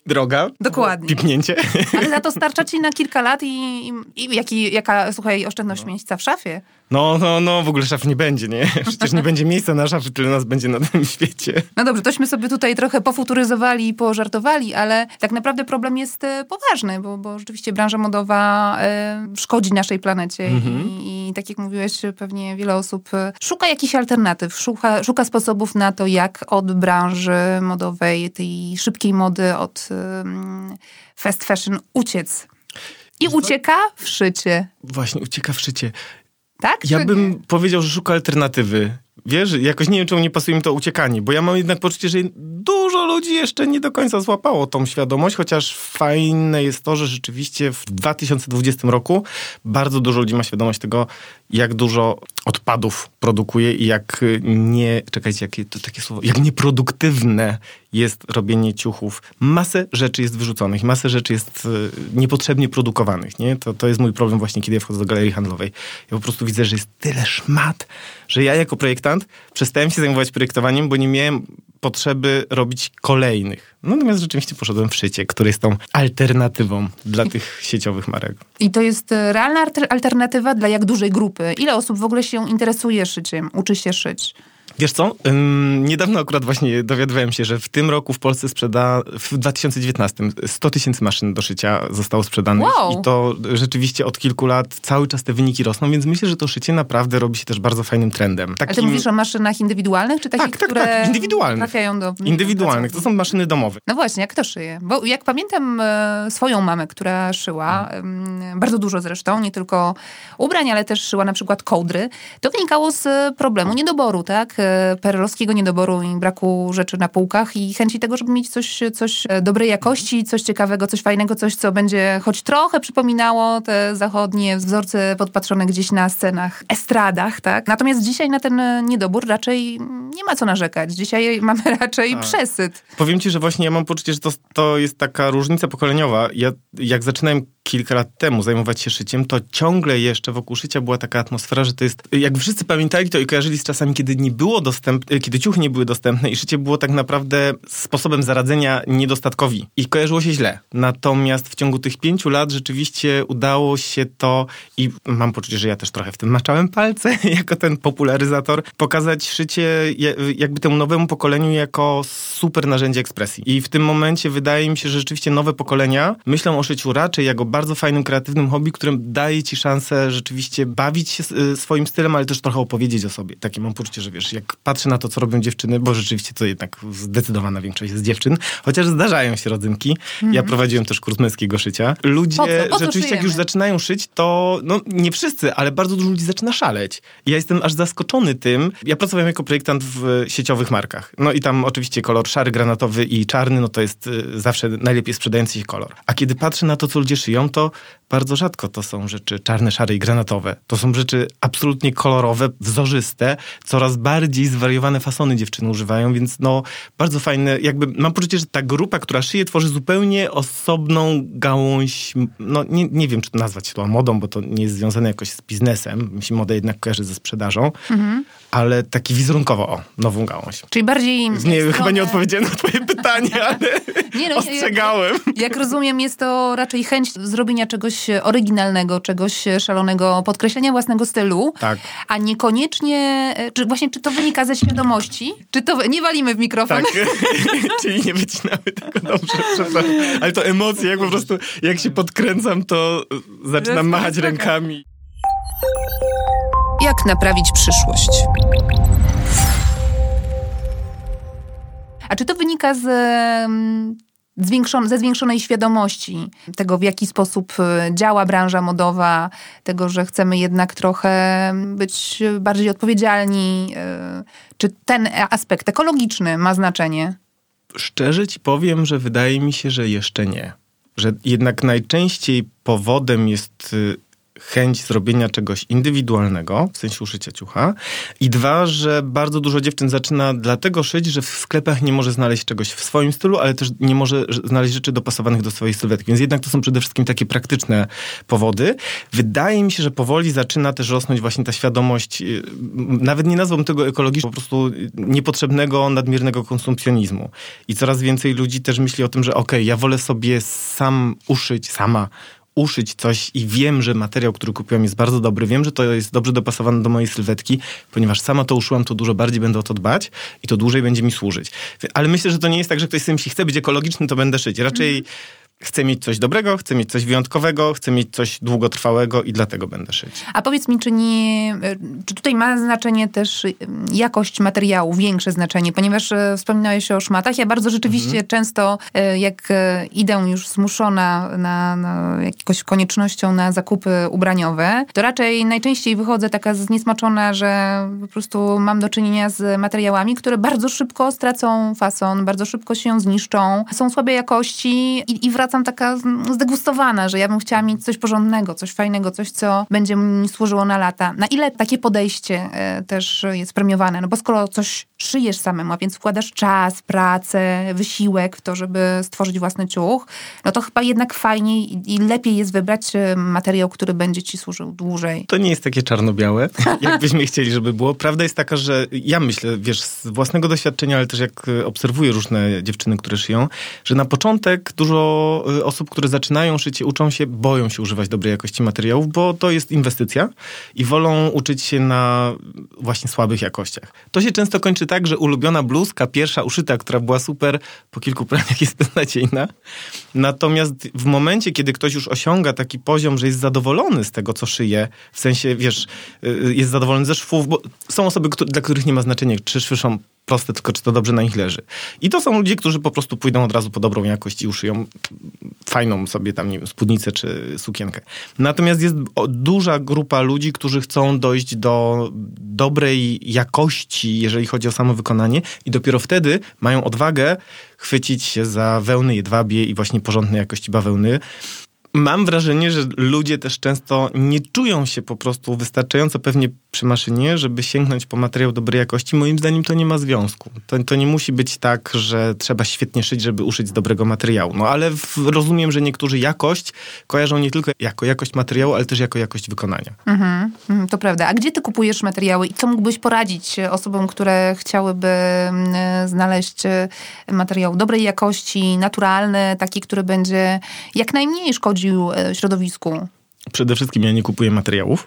droga. Dokładnie. Pipnięcie. Ale za to starcza ci na kilka lat i, i, i jaki, jaka, słuchaj, oszczędność no. miejsca w szafie. No, no, no, w ogóle szaf nie będzie, nie? Przecież nie będzie miejsca na szafy, tyle nas będzie na tym świecie. No dobrze, tośmy sobie tutaj trochę pofuturyzowali i pożartowali, ale tak naprawdę problem jest e, poważny, bo, bo rzeczywiście branża modowa e, szkodzi naszej planecie mhm. I, i tak jak mówiłeś, pewnie wiele osób e, szuka jakichś alternatyw, szuka, szuka sposobów na to, jak od branży modowej, tej szybkiej mody, od e, fast fashion uciec. I ucieka w szycie. Właśnie, ucieka w szycie. Tak? Ja bym nie? powiedział, że szuka alternatywy. Wiesz, jakoś nie wiem, czemu nie pasuje mi to uciekanie, bo ja mam jednak poczucie, że dużo ludzi jeszcze nie do końca złapało tą świadomość, chociaż fajne jest to, że rzeczywiście w dwa tysiące dwudziestym roku bardzo dużo ludzi ma świadomość tego, jak dużo odpadów produkuje i jak nie, czekajcie, jakie to takie słowo, jak nieproduktywne jest robienie ciuchów. Masę rzeczy jest wyrzuconych, masę rzeczy jest niepotrzebnie produkowanych, nie? To, to jest mój problem właśnie, kiedy ja wchodzę do galerii handlowej. Ja po prostu widzę, że jest tyle szmat, że ja jako projektant przestałem się zajmować projektowaniem, bo nie miałem potrzeby robić kolejnych. Natomiast rzeczywiście poszedłem w szycie, które jest tą alternatywą dla tych sieciowych marek. I to jest realna alternatywa dla jak dużej grupy? Ile osób w ogóle się interesuje szyciem, uczy się szyć? Wiesz co? Ym, niedawno akurat właśnie dowiadywałem się, że w tym roku w Polsce sprzeda, w dwa tysiące dziewiętnastym sto tysięcy maszyn do szycia zostało sprzedanych. Wow. I to rzeczywiście od kilku lat cały czas te wyniki rosną, więc myślę, że to szycie naprawdę robi się też bardzo fajnym trendem. Takim... Ale ty mówisz o maszynach indywidualnych, czy takich, tak, tak, które tak, indywidualnych. trafiają do... Indywidualnych, to są maszyny domowe. No właśnie, jak to szyje? Bo jak pamiętam e, swoją mamę, która szyła, e, bardzo dużo zresztą, nie tylko ubrań, ale też szyła na przykład kołdry, to wynikało z problemu niedoboru, tak? E, perelowskiego niedoboru i braku rzeczy na półkach i chęci tego, żeby mieć coś, coś dobrej jakości, coś ciekawego, coś fajnego, coś, co będzie choć trochę przypominało te zachodnie wzorce podpatrzone gdzieś na scenach, estradach, tak? Natomiast dzisiaj na ten niedobór raczej nie ma co narzekać. Dzisiaj mamy raczej A. przesyt. Powiem ci, że właśnie ja mam poczucie, że to, to jest taka różnica pokoleniowa. Ja jak zaczynałem kilka lat temu zajmować się szyciem, to ciągle jeszcze wokół szycia była taka atmosfera, że to jest, jak wszyscy pamiętali to i kojarzyli z czasami, kiedy nie było dostępne, kiedy ciuchy nie były dostępne i szycie było tak naprawdę sposobem zaradzenia niedostatkowi. I kojarzyło się źle. Natomiast w ciągu tych pięciu lat rzeczywiście udało się to i mam poczucie, że ja też trochę w tym maczałem palce, jako ten popularyzator, pokazać szycie jakby temu nowemu pokoleniu jako super narzędzie ekspresji. I w tym momencie wydaje mi się, że rzeczywiście nowe pokolenia myślą o szyciu raczej jako bardzo fajnym, kreatywnym hobby, którym daje ci szansę rzeczywiście bawić się swoim stylem, ale też trochę opowiedzieć o sobie. Takie mam poczucie, że wiesz, jak patrzę na to, co robią dziewczyny, bo rzeczywiście to jednak zdecydowana większość jest dziewczyn, chociaż zdarzają się rodzynki. Mm. Ja prowadziłem też kurs męskiego szycia. Ludzie po co? Po co rzeczywiście, szyjemy? jak już zaczynają szyć, to no nie wszyscy, ale bardzo dużo ludzi zaczyna szaleć. I ja jestem aż zaskoczony tym. Ja pracowałem jako projektant w sieciowych markach. No i tam oczywiście kolor szary, granatowy i czarny, no to jest zawsze najlepiej sprzedający się kolor. A kiedy patrzę na to, co ludzie szyją, to bardzo rzadko to są rzeczy czarne, szare i granatowe. To są rzeczy absolutnie kolorowe, wzorzyste, coraz bardziej zwariowane fasony dziewczyny używają, więc no bardzo fajne, jakby mam poczucie, że ta grupa, która szyje, tworzy zupełnie osobną gałąź, no nie, nie wiem, czy to nazwać to modą, bo to nie jest związane jakoś z biznesem, mi się moda jednak kojarzy ze sprzedażą, mhm. ale taki wizerunkowo, o, nową gałąź. Czyli bardziej... Nie, stronę... chyba nie odpowiedziałem na twoje pytanie, ale nie, no, ostrzegałem. Jak, jak rozumiem, jest to raczej chęć zrobienia czegoś oryginalnego, czegoś szalonego, podkreślenia własnego stylu, tak. a niekoniecznie, czy właśnie, czy to wynika ze świadomości? Czy to, nie walimy w mikrofon? Tak, czyli nie wycinamy tego, dobrze, przepraszam. Ale to emocje, jak po prostu, jak się podkręcam, to zaczynam machać rękami. Jak naprawić przyszłość? A czy to wynika z... Zwiększon- ze zwiększonej świadomości tego, w jaki sposób działa branża modowa, tego, że chcemy jednak trochę być bardziej odpowiedzialni. Czy ten aspekt ekologiczny ma znaczenie? Szczerze ci powiem, że wydaje mi się, że jeszcze nie. Że jednak najczęściej powodem jest chęć zrobienia czegoś indywidualnego, w sensie uszycia ciucha. I dwa, że bardzo dużo dziewczyn zaczyna dlatego szyć, że w sklepach nie może znaleźć czegoś w swoim stylu, ale też nie może znaleźć rzeczy dopasowanych do swojej sylwetki. Więc jednak to są przede wszystkim takie praktyczne powody. Wydaje mi się, że powoli zaczyna też rosnąć właśnie ta świadomość, nawet nie nazwałbym tego ekologiczną, po prostu niepotrzebnego, nadmiernego konsumpcjonizmu. I coraz więcej ludzi też myśli o tym, że okej, okay, ja wolę sobie sam uszyć, sama uszyć coś i wiem, że materiał, który kupiłam jest bardzo dobry, wiem, że to jest dobrze dopasowane do mojej sylwetki, ponieważ sama to uszyłam, to dużo bardziej będę o to dbać i to dłużej będzie mi służyć. Ale myślę, że to nie jest tak, że ktoś sobie myśli, chce być ekologiczny, to będę szyć. Raczej mm. chcę mieć coś dobrego, chcę mieć coś wyjątkowego, chcę mieć coś długotrwałego i dlatego będę szyć. A powiedz mi, czy nie, czy tutaj ma znaczenie też jakość materiału, większe znaczenie, ponieważ wspominałeś o szmatach. Ja bardzo rzeczywiście mhm. często, jak idę już zmuszona na, na jakąś koniecznością na zakupy ubraniowe, to raczej najczęściej wychodzę taka zniesmaczona, że po prostu mam do czynienia z materiałami, które bardzo szybko stracą fason, bardzo szybko się zniszczą, są słabej jakości i, i wracam taka zdegustowana, że ja bym chciała mieć coś porządnego, coś fajnego, coś, co będzie mi służyło na lata. Na ile takie podejście y, też jest premiowane? No bo skoro coś szyjesz samemu, a więc wkładasz czas, pracę, wysiłek w to, żeby stworzyć własny ciuch, no to chyba jednak fajniej i, i lepiej jest wybrać materiał, który będzie ci służył dłużej. To nie jest takie czarno-białe, jakbyśmy chcieli, żeby było. Prawda jest taka, że ja myślę, wiesz, z własnego doświadczenia, ale też jak obserwuję różne dziewczyny, które szyją, że na początek dużo osób, które zaczynają szycie, uczą się, boją się używać dobrej jakości materiałów, bo to jest inwestycja i wolą uczyć się na właśnie słabych jakościach. To się często kończy tak, że ulubiona bluzka, pierwsza uszyta, która była super, po kilku praniach jest beznadziejna. Natomiast w momencie, kiedy ktoś już osiąga taki poziom, że jest zadowolony z tego, co szyje, w sensie, wiesz, jest zadowolony ze szwów, bo są osoby, dla których nie ma znaczenia, czy szwy są proste, tylko czy to dobrze na nich leży. I to są ludzie, którzy po prostu pójdą od razu po dobrą jakość i uszyją fajną sobie tam, nie wiem, spódnicę czy sukienkę. Natomiast jest duża grupa ludzi, którzy chcą dojść do dobrej jakości, jeżeli chodzi o samo wykonanie i dopiero wtedy mają odwagę chwycić się za wełny, jedwabie i właśnie porządnej jakości bawełny. Mam wrażenie, że ludzie też często nie czują się po prostu wystarczająco pewnie przy maszynie, żeby sięgnąć po materiał dobrej jakości. Moim zdaniem to nie ma związku. To, to nie musi być tak, że trzeba świetnie szyć, żeby uszyć z dobrego materiału. No ale w, rozumiem, że niektórzy jakość kojarzą nie tylko jako jakość materiału, ale też jako jakość wykonania. Mhm, to prawda. A gdzie ty kupujesz materiały i co mógłbyś poradzić osobom, które chciałyby znaleźć materiał dobrej jakości, naturalny, taki, który będzie jak najmniej szkodził środowisku? Przede wszystkim ja nie kupuję materiałów.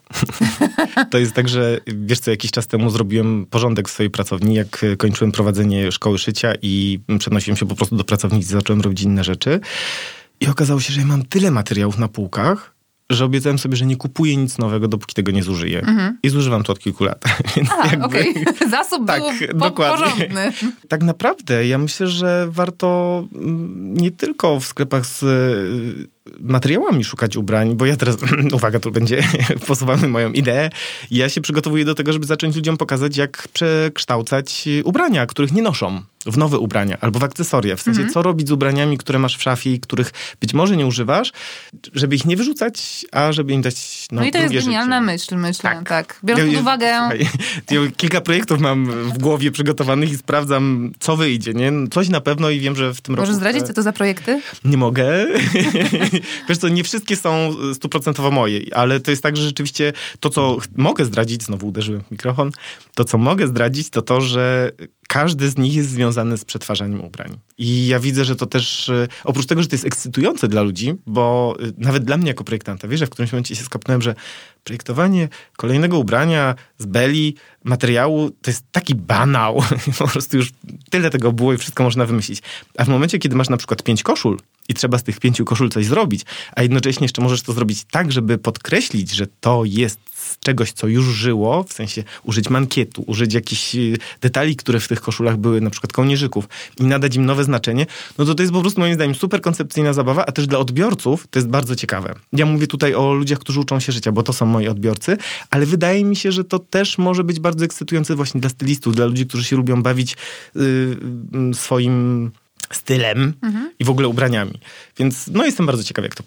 To jest tak, że wiesz co, jakiś czas temu zrobiłem porządek w swojej pracowni, jak kończyłem prowadzenie szkoły szycia i przenosiłem się po prostu do pracownicy, zacząłem robić inne rzeczy. I okazało się, że ja mam tyle materiałów na półkach, że obiecałem sobie, że nie kupuję nic nowego, dopóki tego nie zużyję. Mhm. I zużywam to od kilku lat. Więc A, jakby... okej. Okay. Zasób tak, był po- porządny. Tak naprawdę ja myślę, że warto nie tylko w sklepach z materiałami szukać ubrań, bo ja teraz, uwaga, tu będzie, posuwamy moją ideę. Ja się przygotowuję do tego, żeby zacząć ludziom pokazać, jak przekształcać ubrania, których nie noszą, w nowe ubrania albo w akcesoria. W sensie, mm-hmm. co robić z ubraniami, które masz w szafie i których być może nie używasz, żeby ich nie wyrzucać, a żeby im dać no, no i to jest genialna życie. myśl, myślę. Tak. tak. Biorąc pod uwagę... Słuchaj, ja kilka projektów mam w głowie przygotowanych i sprawdzam, co wyjdzie. Nie? Coś na pewno i wiem, że w tym Możesz roku... Możesz zdradzić, co to za projekty? Nie mogę. Wiesz co, nie wszystkie są stuprocentowo moje, ale to jest tak, że rzeczywiście to, co mogę zdradzić, znowu uderzyłem w mikrofon, to, co mogę zdradzić, to to, że każdy z nich jest związany z przetwarzaniem ubrań. I ja widzę, że to też, oprócz tego, że to jest ekscytujące dla ludzi, bo nawet dla mnie jako projektanta, wiesz, że w którymś momencie się skapnąłem, że projektowanie kolejnego ubrania z beli, materiału, to jest taki banał. Po prostu już tyle tego było i wszystko można wymyślić. A w momencie, kiedy masz na przykład pięć koszul i trzeba z tych pięciu koszul coś zrobić, a jednocześnie jeszcze możesz to zrobić tak, żeby podkreślić, że to jest z czegoś, co już żyło, w sensie użyć mankietu, użyć jakichś detali, które w tych koszulach były, na przykład kołnierzyków i nadać im nowe znaczenie, no to to jest po prostu moim zdaniem super koncepcyjna zabawa, a też dla odbiorców to jest bardzo ciekawe. Ja mówię tutaj o ludziach, którzy uczą się życia, bo to są moi odbiorcy, ale wydaje mi się, że to też może być bardzo ekscytujące właśnie dla stylistów, dla ludzi, którzy się lubią bawić yy, swoim stylem mhm. i w ogóle ubraniami. Więc no jestem bardzo ciekawy, jak to pójdzie.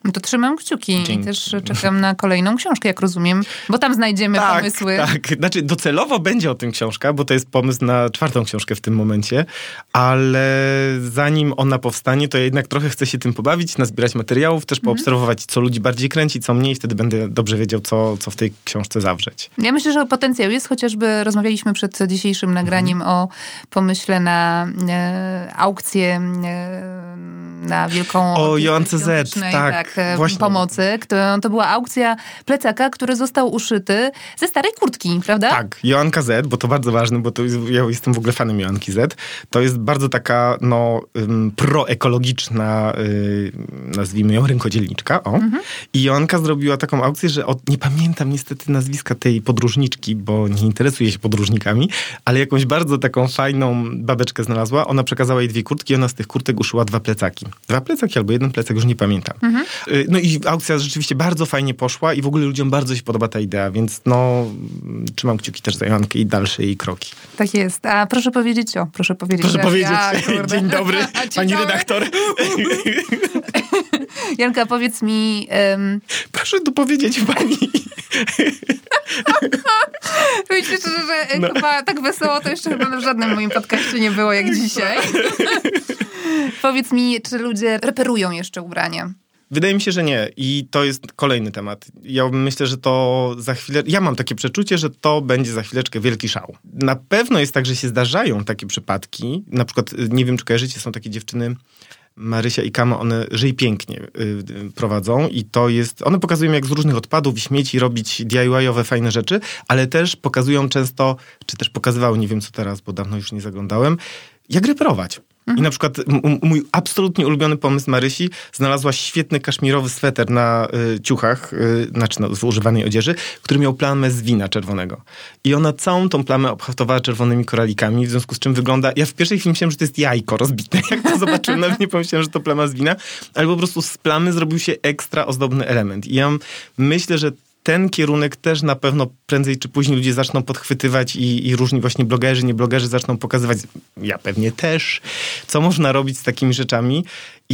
No to trzymam kciuki Dzięki. i też czekam na kolejną książkę, jak rozumiem, bo tam znajdziemy tak, pomysły. Tak, znaczy docelowo będzie o tym książka, bo to jest pomysł na czwartą książkę w tym momencie, ale zanim ona powstanie, to ja jednak trochę chcę się tym pobawić, nazbierać materiałów, też poobserwować, co ludzi bardziej kręci, co mniej, wtedy będę dobrze wiedział, co, co w tej książce zawrzeć. Ja myślę, że potencjał jest, chociażby rozmawialiśmy przed dzisiejszym nagraniem mhm. o pomyśle na e, aukcję e, na wielką... O Joance Z, tak, tak właśnie. Pomocy. To, to była aukcja plecaka, który został uszyty ze starej kurtki, prawda? Tak, Joanka Z, bo to bardzo ważne, bo to jest, ja jestem w ogóle fanem Joanki Z. To jest bardzo taka no, um, proekologiczna, y, nazwijmy ją, rękodzielniczka. O. Mhm. I Joanka zrobiła taką aukcję, że od, nie pamiętam niestety nazwiska tej podróżniczki, bo nie interesuje się podróżnikami, ale jakąś bardzo taką fajną babeczkę znalazła. Ona przekazała jej dwie kurtki i ona z tych kurtek uszyła dwa plecaki. Dwa plecaki albo jeden plecak, już nie pamiętam. Mhm. No i aukcja rzeczywiście bardzo fajnie poszła i w ogóle ludziom bardzo się podoba ta idea, więc no trzymam kciuki też za Joankę i dalsze jej kroki. Tak jest. A proszę powiedzieć o, proszę powiedzieć. Proszę ja, powiedzieć. Ja, Dzień dobry, pani redaktor. Janka, powiedz mi... Um... Proszę tu powiedzieć pani. Myślę, że no. chyba tak wesoło to jeszcze chyba w żadnym moim podcaście nie było jak dzisiaj. Powiedz mi, czy ludzie reperują jeszcze ubrania? Wydaje mi się, że nie. I to jest kolejny temat. Ja myślę, że to za chwilę... Ja mam takie przeczucie, że to będzie za chwileczkę wielki szał. Na pewno jest tak, że się zdarzają takie przypadki. Na przykład, nie wiem, czy kojarzycie, są takie dziewczyny... Marysia i Kama, one Żyj Pięknie yy, prowadzą i to jest... One pokazują, jak z różnych odpadów i śmieci robić D I Y-owe fajne rzeczy, ale też pokazują często, czy też pokazywały, nie wiem co teraz, bo dawno już nie zaglądałem, jak reperować. Mhm. I na przykład m- mój absolutnie ulubiony pomysł Marysi, znalazła świetny kaszmirowy sweter na y, ciuchach, y, znaczy no, z używanej odzieży, który miał plamę z wina czerwonego. I ona całą tą plamę obhaftowała czerwonymi koralikami, w związku z czym wygląda... Ja w pierwszej chwili myślałem, że to jest jajko rozbite. Jak to zobaczyłem, nawet nie pomyślałem, że to plama z wina, ale po prostu z plamy zrobił się ekstra ozdobny element. I ja myślę, że ten kierunek też na pewno prędzej czy później ludzie zaczną podchwytywać i, i różni właśnie blogerzy, nie blogerzy zaczną pokazywać, ja pewnie też, co można robić z takimi rzeczami.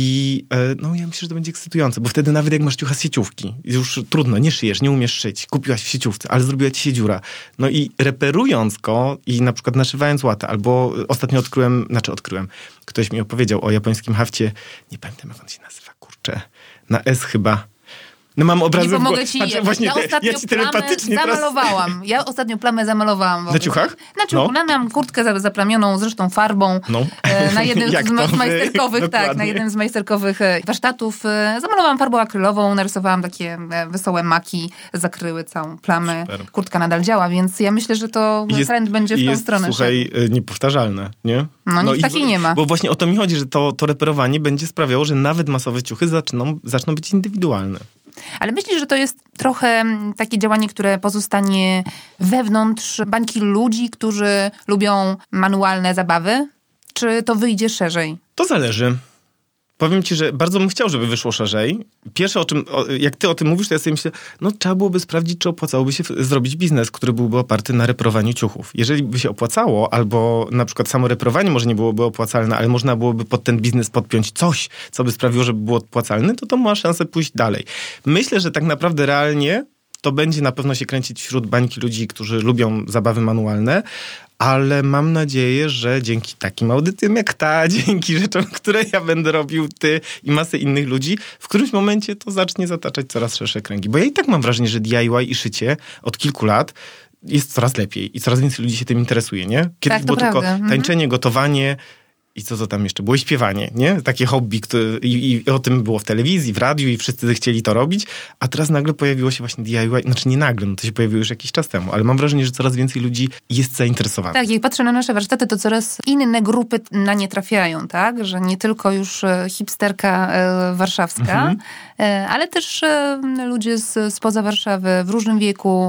I no ja myślę, że to będzie ekscytujące, bo wtedy nawet jak masz ciucha z sieciówki, już trudno, nie szyjesz, nie umiesz szyć, kupiłaś w sieciówce, ale zrobiła ci się dziura. No i reperując go i na przykład naszywając łatę, albo ostatnio odkryłem, znaczy odkryłem, ktoś mi opowiedział o japońskim hafcie, nie pamiętam jak on się nazywa, kurczę, na S chyba. No mam obrazy nie pomogę ci. Patrz, właśnie ja te, ostatnio ja ci plamę zamalowałam. Teraz... Ja ostatnio plamę zamalowałam. Na ciuchach? Na ciuchu. No. Miałam kurtkę zaplamioną zresztą farbą. No. E, na jednym z ma- majsterkowych, tak, na jednym z majsterkowych warsztatów. E, zamalowałam farbą akrylową, narysowałam takie e, wesołe maki, zakryły całą plamę. Super. Kurtka nadal działa, więc ja myślę, że to jest, trend będzie w tą jest, stronę. Słuchaj, szedł. Niepowtarzalne, nie? No, no nic takiej nie ma. Bo właśnie o to mi chodzi, że to, to reperowanie będzie sprawiało, że nawet masowe ciuchy zaczną, zaczną być indywidualne. Ale myślisz, że to jest trochę takie działanie, które pozostanie wewnątrz bańki ludzi, którzy lubią manualne zabawy? Czy to wyjdzie szerzej? To zależy. Powiem ci, że bardzo bym chciał, żeby wyszło szerzej. Pierwsze, o czym, jak ty o tym mówisz, to ja sobie myślę, no trzeba byłoby sprawdzić, czy opłacałoby się zrobić biznes, który byłby oparty na reperowaniu ciuchów. Jeżeli by się opłacało, albo na przykład samo reperowanie może nie byłoby opłacalne, ale można byłoby pod ten biznes podpiąć coś, co by sprawiło, żeby było opłacalne, to to ma szansę pójść dalej. Myślę, że tak naprawdę realnie to będzie na pewno się kręcić wśród bańki ludzi, którzy lubią zabawy manualne, ale mam nadzieję, że dzięki takim audycjom jak ta, dzięki rzeczom, które ja będę robił, ty i masę innych ludzi, w którymś momencie to zacznie zataczać coraz szersze kręgi. Bo ja i tak mam wrażenie, że D I Y i szycie od kilku lat jest coraz lepiej i coraz więcej ludzi się tym interesuje, nie? Kiedyś tak, było prawda. tylko tańczenie, mhm. gotowanie i co to tam jeszcze było? I śpiewanie, nie? Takie hobby, które, i, i o tym było w telewizji, w radiu i wszyscy chcieli to robić, a teraz nagle pojawiło się właśnie D I Y, znaczy nie nagle, no to się pojawiło już jakiś czas temu, ale mam wrażenie, że coraz więcej ludzi jest zainteresowanych. Tak, jak patrzę na nasze warsztaty, to coraz inne grupy na nie trafiają, tak? Że nie tylko już hipsterka e, warszawska, mhm. e, ale też e, ludzie z, spoza Warszawy w różnym wieku.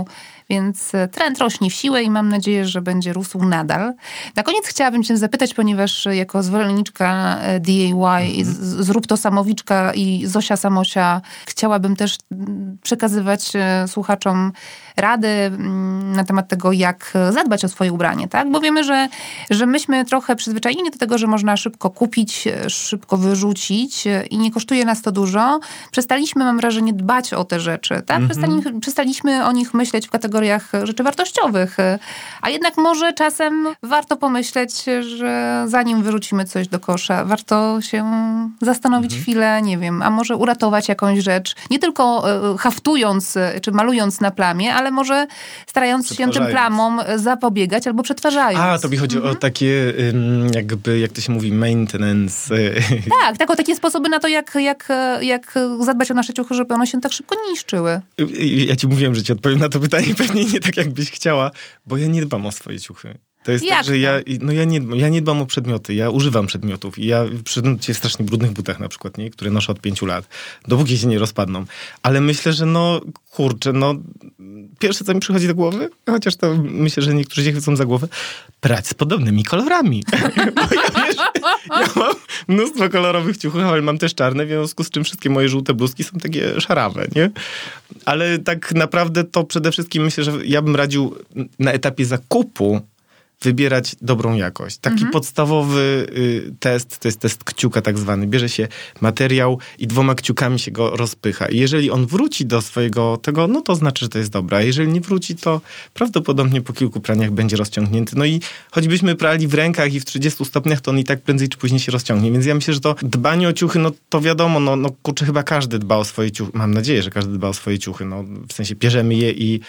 Więc trend rośnie w siłę i mam nadzieję, że będzie rósł nadal. Na koniec chciałabym cię zapytać, ponieważ jako zwolenniczka D I Y, mm-hmm. z, zrób to samowiczka i Zosia Samosia, chciałabym też przekazywać słuchaczom rady na temat tego, jak zadbać o swoje ubranie, tak? Bo wiemy, że, że myśmy trochę przyzwyczajeni do tego, że można szybko kupić, szybko wyrzucić i nie kosztuje nas to dużo. Przestaliśmy, mam wrażenie, dbać o te rzeczy, tak? Mm-hmm. Przestali, przestaliśmy o nich myśleć w kategoriach rzeczy wartościowych. A jednak może czasem warto pomyśleć, że zanim wyrzucimy coś do kosza, warto się zastanowić mm-hmm. chwilę, nie wiem, a może uratować jakąś rzecz, nie tylko haftując czy malując na plamie, ale może starając się tym plamom zapobiegać albo przetwarzając. A, to mi chodzi mhm. o takie jakby, jak to się mówi, maintenance. Tak, tak, o takie sposoby na to, jak, jak, jak zadbać o nasze ciuchy, żeby one się tak szybko nie niszczyły. Ja ci mówiłem, że ci odpowiem na to pytanie pewnie nie tak, jakbyś chciała, bo ja nie dbam o swoje ciuchy. To jest Jak tak, że to? ja, no ja, nie, ja nie dbam o przedmioty, ja używam przedmiotów i ja przyszedłem cię w strasznie brudnych butach na przykład, nie? Które noszę od pięciu lat, dopóki się nie rozpadną. Ale myślę, że no, kurczę, no, pierwsze co mi przychodzi do głowy, chociaż to myślę, że niektórzy się chwycą za głowę, prać z podobnymi kolorami. Bo ja, wiesz, ja mam mnóstwo kolorowych ciuchów, ale mam też czarne, w związku z czym wszystkie moje żółte bluzki są takie szarawe, nie? Ale tak naprawdę to przede wszystkim myślę, że ja bym radził na etapie zakupu wybierać dobrą jakość. Taki mhm. podstawowy y, test, to jest test kciuka tak zwany. Bierze się materiał i dwoma kciukami się go rozpycha. I jeżeli on wróci do swojego tego, no to znaczy, że to jest dobra. A jeżeli nie wróci, to prawdopodobnie po kilku praniach będzie rozciągnięty. No i choćbyśmy prali w rękach i w trzydziestu stopniach, to on i tak prędzej czy później się rozciągnie. Więc ja myślę, że to dbanie o ciuchy, no to wiadomo, no, no kurczę, chyba każdy dba o swoje ciuchy. Mam nadzieję, że każdy dba o swoje ciuchy. No, w sensie bierzemy je i,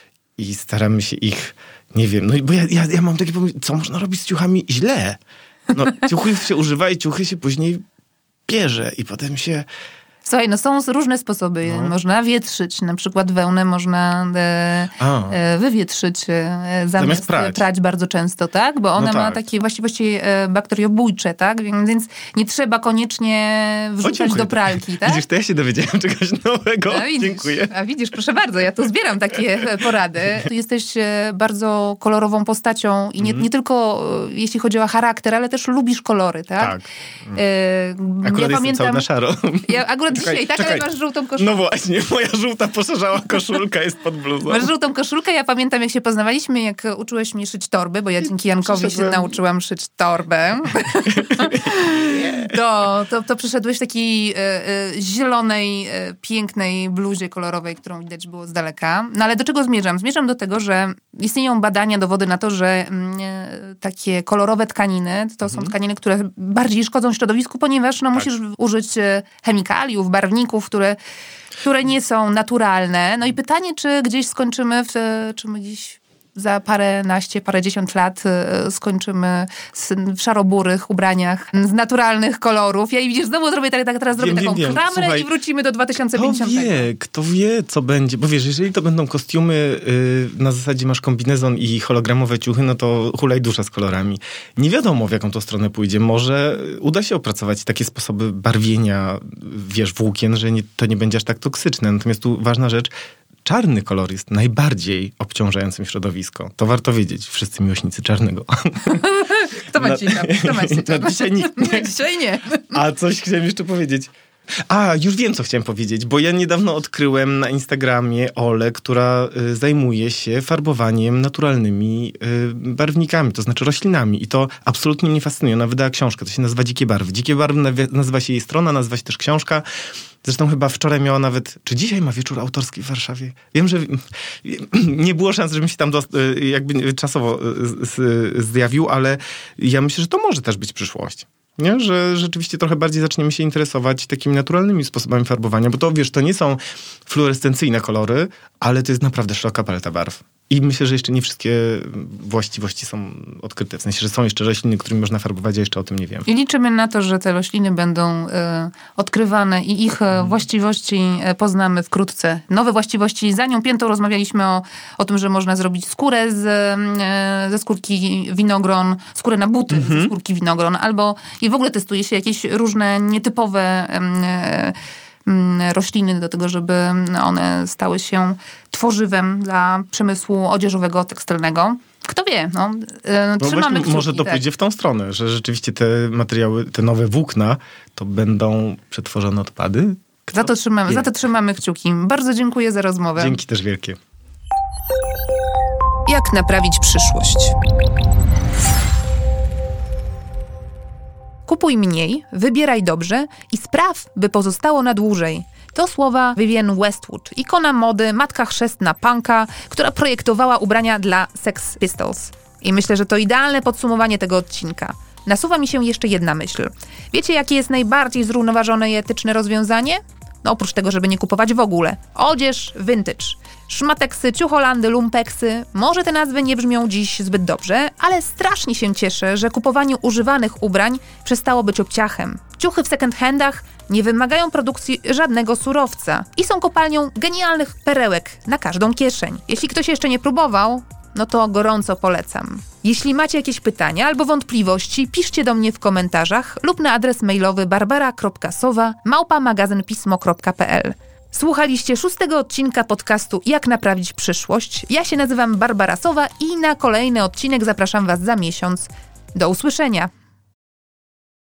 i staramy się ich nie wiem, no bo ja, ja, ja mam takie pomysły, co można robić z ciuchami źle? No, ciuchy się używa i ciuchy się później bierze i potem się... Słuchaj, no są różne sposoby. No. Można wietrzyć, na przykład wełnę można e, e, wywietrzyć e, zamiast, zamiast prać. prać bardzo często, tak? Bo ona no tak. ma takie właściwości e, bakteriobójcze, tak? Więc nie trzeba koniecznie wrzucać do pralki, tak? Widzisz, to ja się dowiedziałem czegoś nowego. A widzisz, Dziękuję. A widzisz, proszę bardzo, ja tu zbieram takie porady. Ty jesteś bardzo kolorową postacią i nie, mm. nie tylko jeśli chodzi o charakter, ale też lubisz kolory, tak? Tak. E, akurat ja jestem cały na szaro. Ja akurat Czekaj, dzisiaj, tak, czekaj. Ale masz żółtą koszulkę. No właśnie, moja żółta poszarzała koszulka jest pod bluzą. Masz żółtą koszulkę, ja pamiętam jak się poznawaliśmy, jak uczyłeś mnie szyć torby, bo ja dzięki Jankowi się nauczyłam szyć torbę. to, to, to przyszedłeś w takiej e, e, zielonej, e, pięknej bluzie kolorowej, którą widać było z daleka. No ale do czego zmierzam? Zmierzam do tego, że istnieją badania, dowody na to, że m, e, takie kolorowe tkaniny, to są mhm. tkaniny, które bardziej szkodzą środowisku, ponieważ no, tak. musisz użyć e, chemikaliów, barwników, które, które nie są naturalne. No i pytanie, czy gdzieś skończymy, w, czy my gdzieś za paręnaście, parędziesiąt lat skończymy w szaroburych ubraniach z naturalnych kolorów. Ja i widzisz, znowu zrobię tak, tak teraz wiem, zrobię taką wiem, klamrę Słuchaj, i wrócimy do dwa tysiące pięćdziesiątego. Kto wie, kto wie, co będzie. Bo wiesz, jeżeli to będą kostiumy, yy, na zasadzie masz kombinezon i hologramowe ciuchy, no to hulaj dusza z kolorami. Nie wiadomo, w jaką to stronę pójdzie. Może uda się opracować takie sposoby barwienia, wiesz, włókien, że nie, to nie będzie aż tak toksyczne. Natomiast tu ważna rzecz, czarny kolor jest najbardziej obciążającym środowisko. To warto wiedzieć, wszyscy miłośnicy czarnego. Kto ma dzisiaj czarny? Kto ma dzisiaj czarny? Dzisiaj nikt. Nie. Dzisiaj nie. A coś chciałem jeszcze powiedzieć. A, już wiem, co chciałem powiedzieć, bo ja niedawno odkryłem na Instagramie Olę, która y, zajmuje się farbowaniem naturalnymi y, barwnikami, to znaczy roślinami. I to absolutnie mnie fascynuje. Ona wydała książkę, to się nazywa Dzikie Barwy. Dzikie Barwy nazywa się jej strona, nazywa się też książka. Zresztą chyba wczoraj miała nawet, czy dzisiaj ma wieczór autorski w Warszawie? Wiem, że nie było szans, żebym się tam do, jakby czasowo zjawił, ale ja myślę, że to może też być przyszłość. Nie? Że rzeczywiście trochę bardziej zaczniemy się interesować takimi naturalnymi sposobami farbowania, bo to, wiesz, to nie są fluorescencyjne kolory, ale to jest naprawdę szeroka paleta barw. I myślę, że jeszcze nie wszystkie właściwości są odkryte. W sensie, że są jeszcze rośliny, którymi można farbować, a jeszcze o tym nie wiem. I liczymy na to, że te rośliny będą y, odkrywane i ich y, właściwości y, poznamy wkrótce. Nowe właściwości. Za nią piętą rozmawialiśmy o, o tym, że można zrobić skórę z, y, ze skórki winogron, skórę na buty mm-hmm. ze skórki winogron, albo i w ogóle testuje się jakieś różne nietypowe y, rośliny do tego, żeby one stały się tworzywem dla przemysłu odzieżowego, tekstylnego. Kto wie, no, no trzymamy kciuki. Może to tak. pójdzie w tą stronę, że rzeczywiście te materiały, te nowe włókna, to będą przetworzone odpady? Za to, trzymamy, za to trzymamy kciuki. Bardzo dziękuję za rozmowę. Dzięki też wielkie. Jak naprawić przyszłość? Kupuj mniej, wybieraj dobrze i spraw, by pozostało na dłużej. To słowa Vivienne Westwood, ikona mody, matka chrzestna punka, która projektowała ubrania dla Sex Pistols. I myślę, że to idealne podsumowanie tego odcinka. Nasuwa mi się jeszcze jedna myśl. Wiecie, jakie jest najbardziej zrównoważone i etyczne rozwiązanie? No oprócz tego, żeby nie kupować w ogóle. Odzież vintage. Szmateksy, ciucholandy, lumpeksy. Może te nazwy nie brzmią dziś zbyt dobrze, ale strasznie się cieszę, że kupowanie używanych ubrań przestało być obciachem. Ciuchy w second-handach nie wymagają produkcji żadnego surowca i są kopalnią genialnych perełek na każdą kieszeń. Jeśli ktoś jeszcze nie próbował, no to gorąco polecam. Jeśli macie jakieś pytania albo wątpliwości, piszcie do mnie w komentarzach lub na adres mailowy barbara kropka sowa małpa magazyn pismo kropka p l. Słuchaliście szóstego odcinka podcastu Jak naprawić przyszłość. Ja się nazywam Barbara Sowa i na kolejny odcinek zapraszam Was za miesiąc. Do usłyszenia!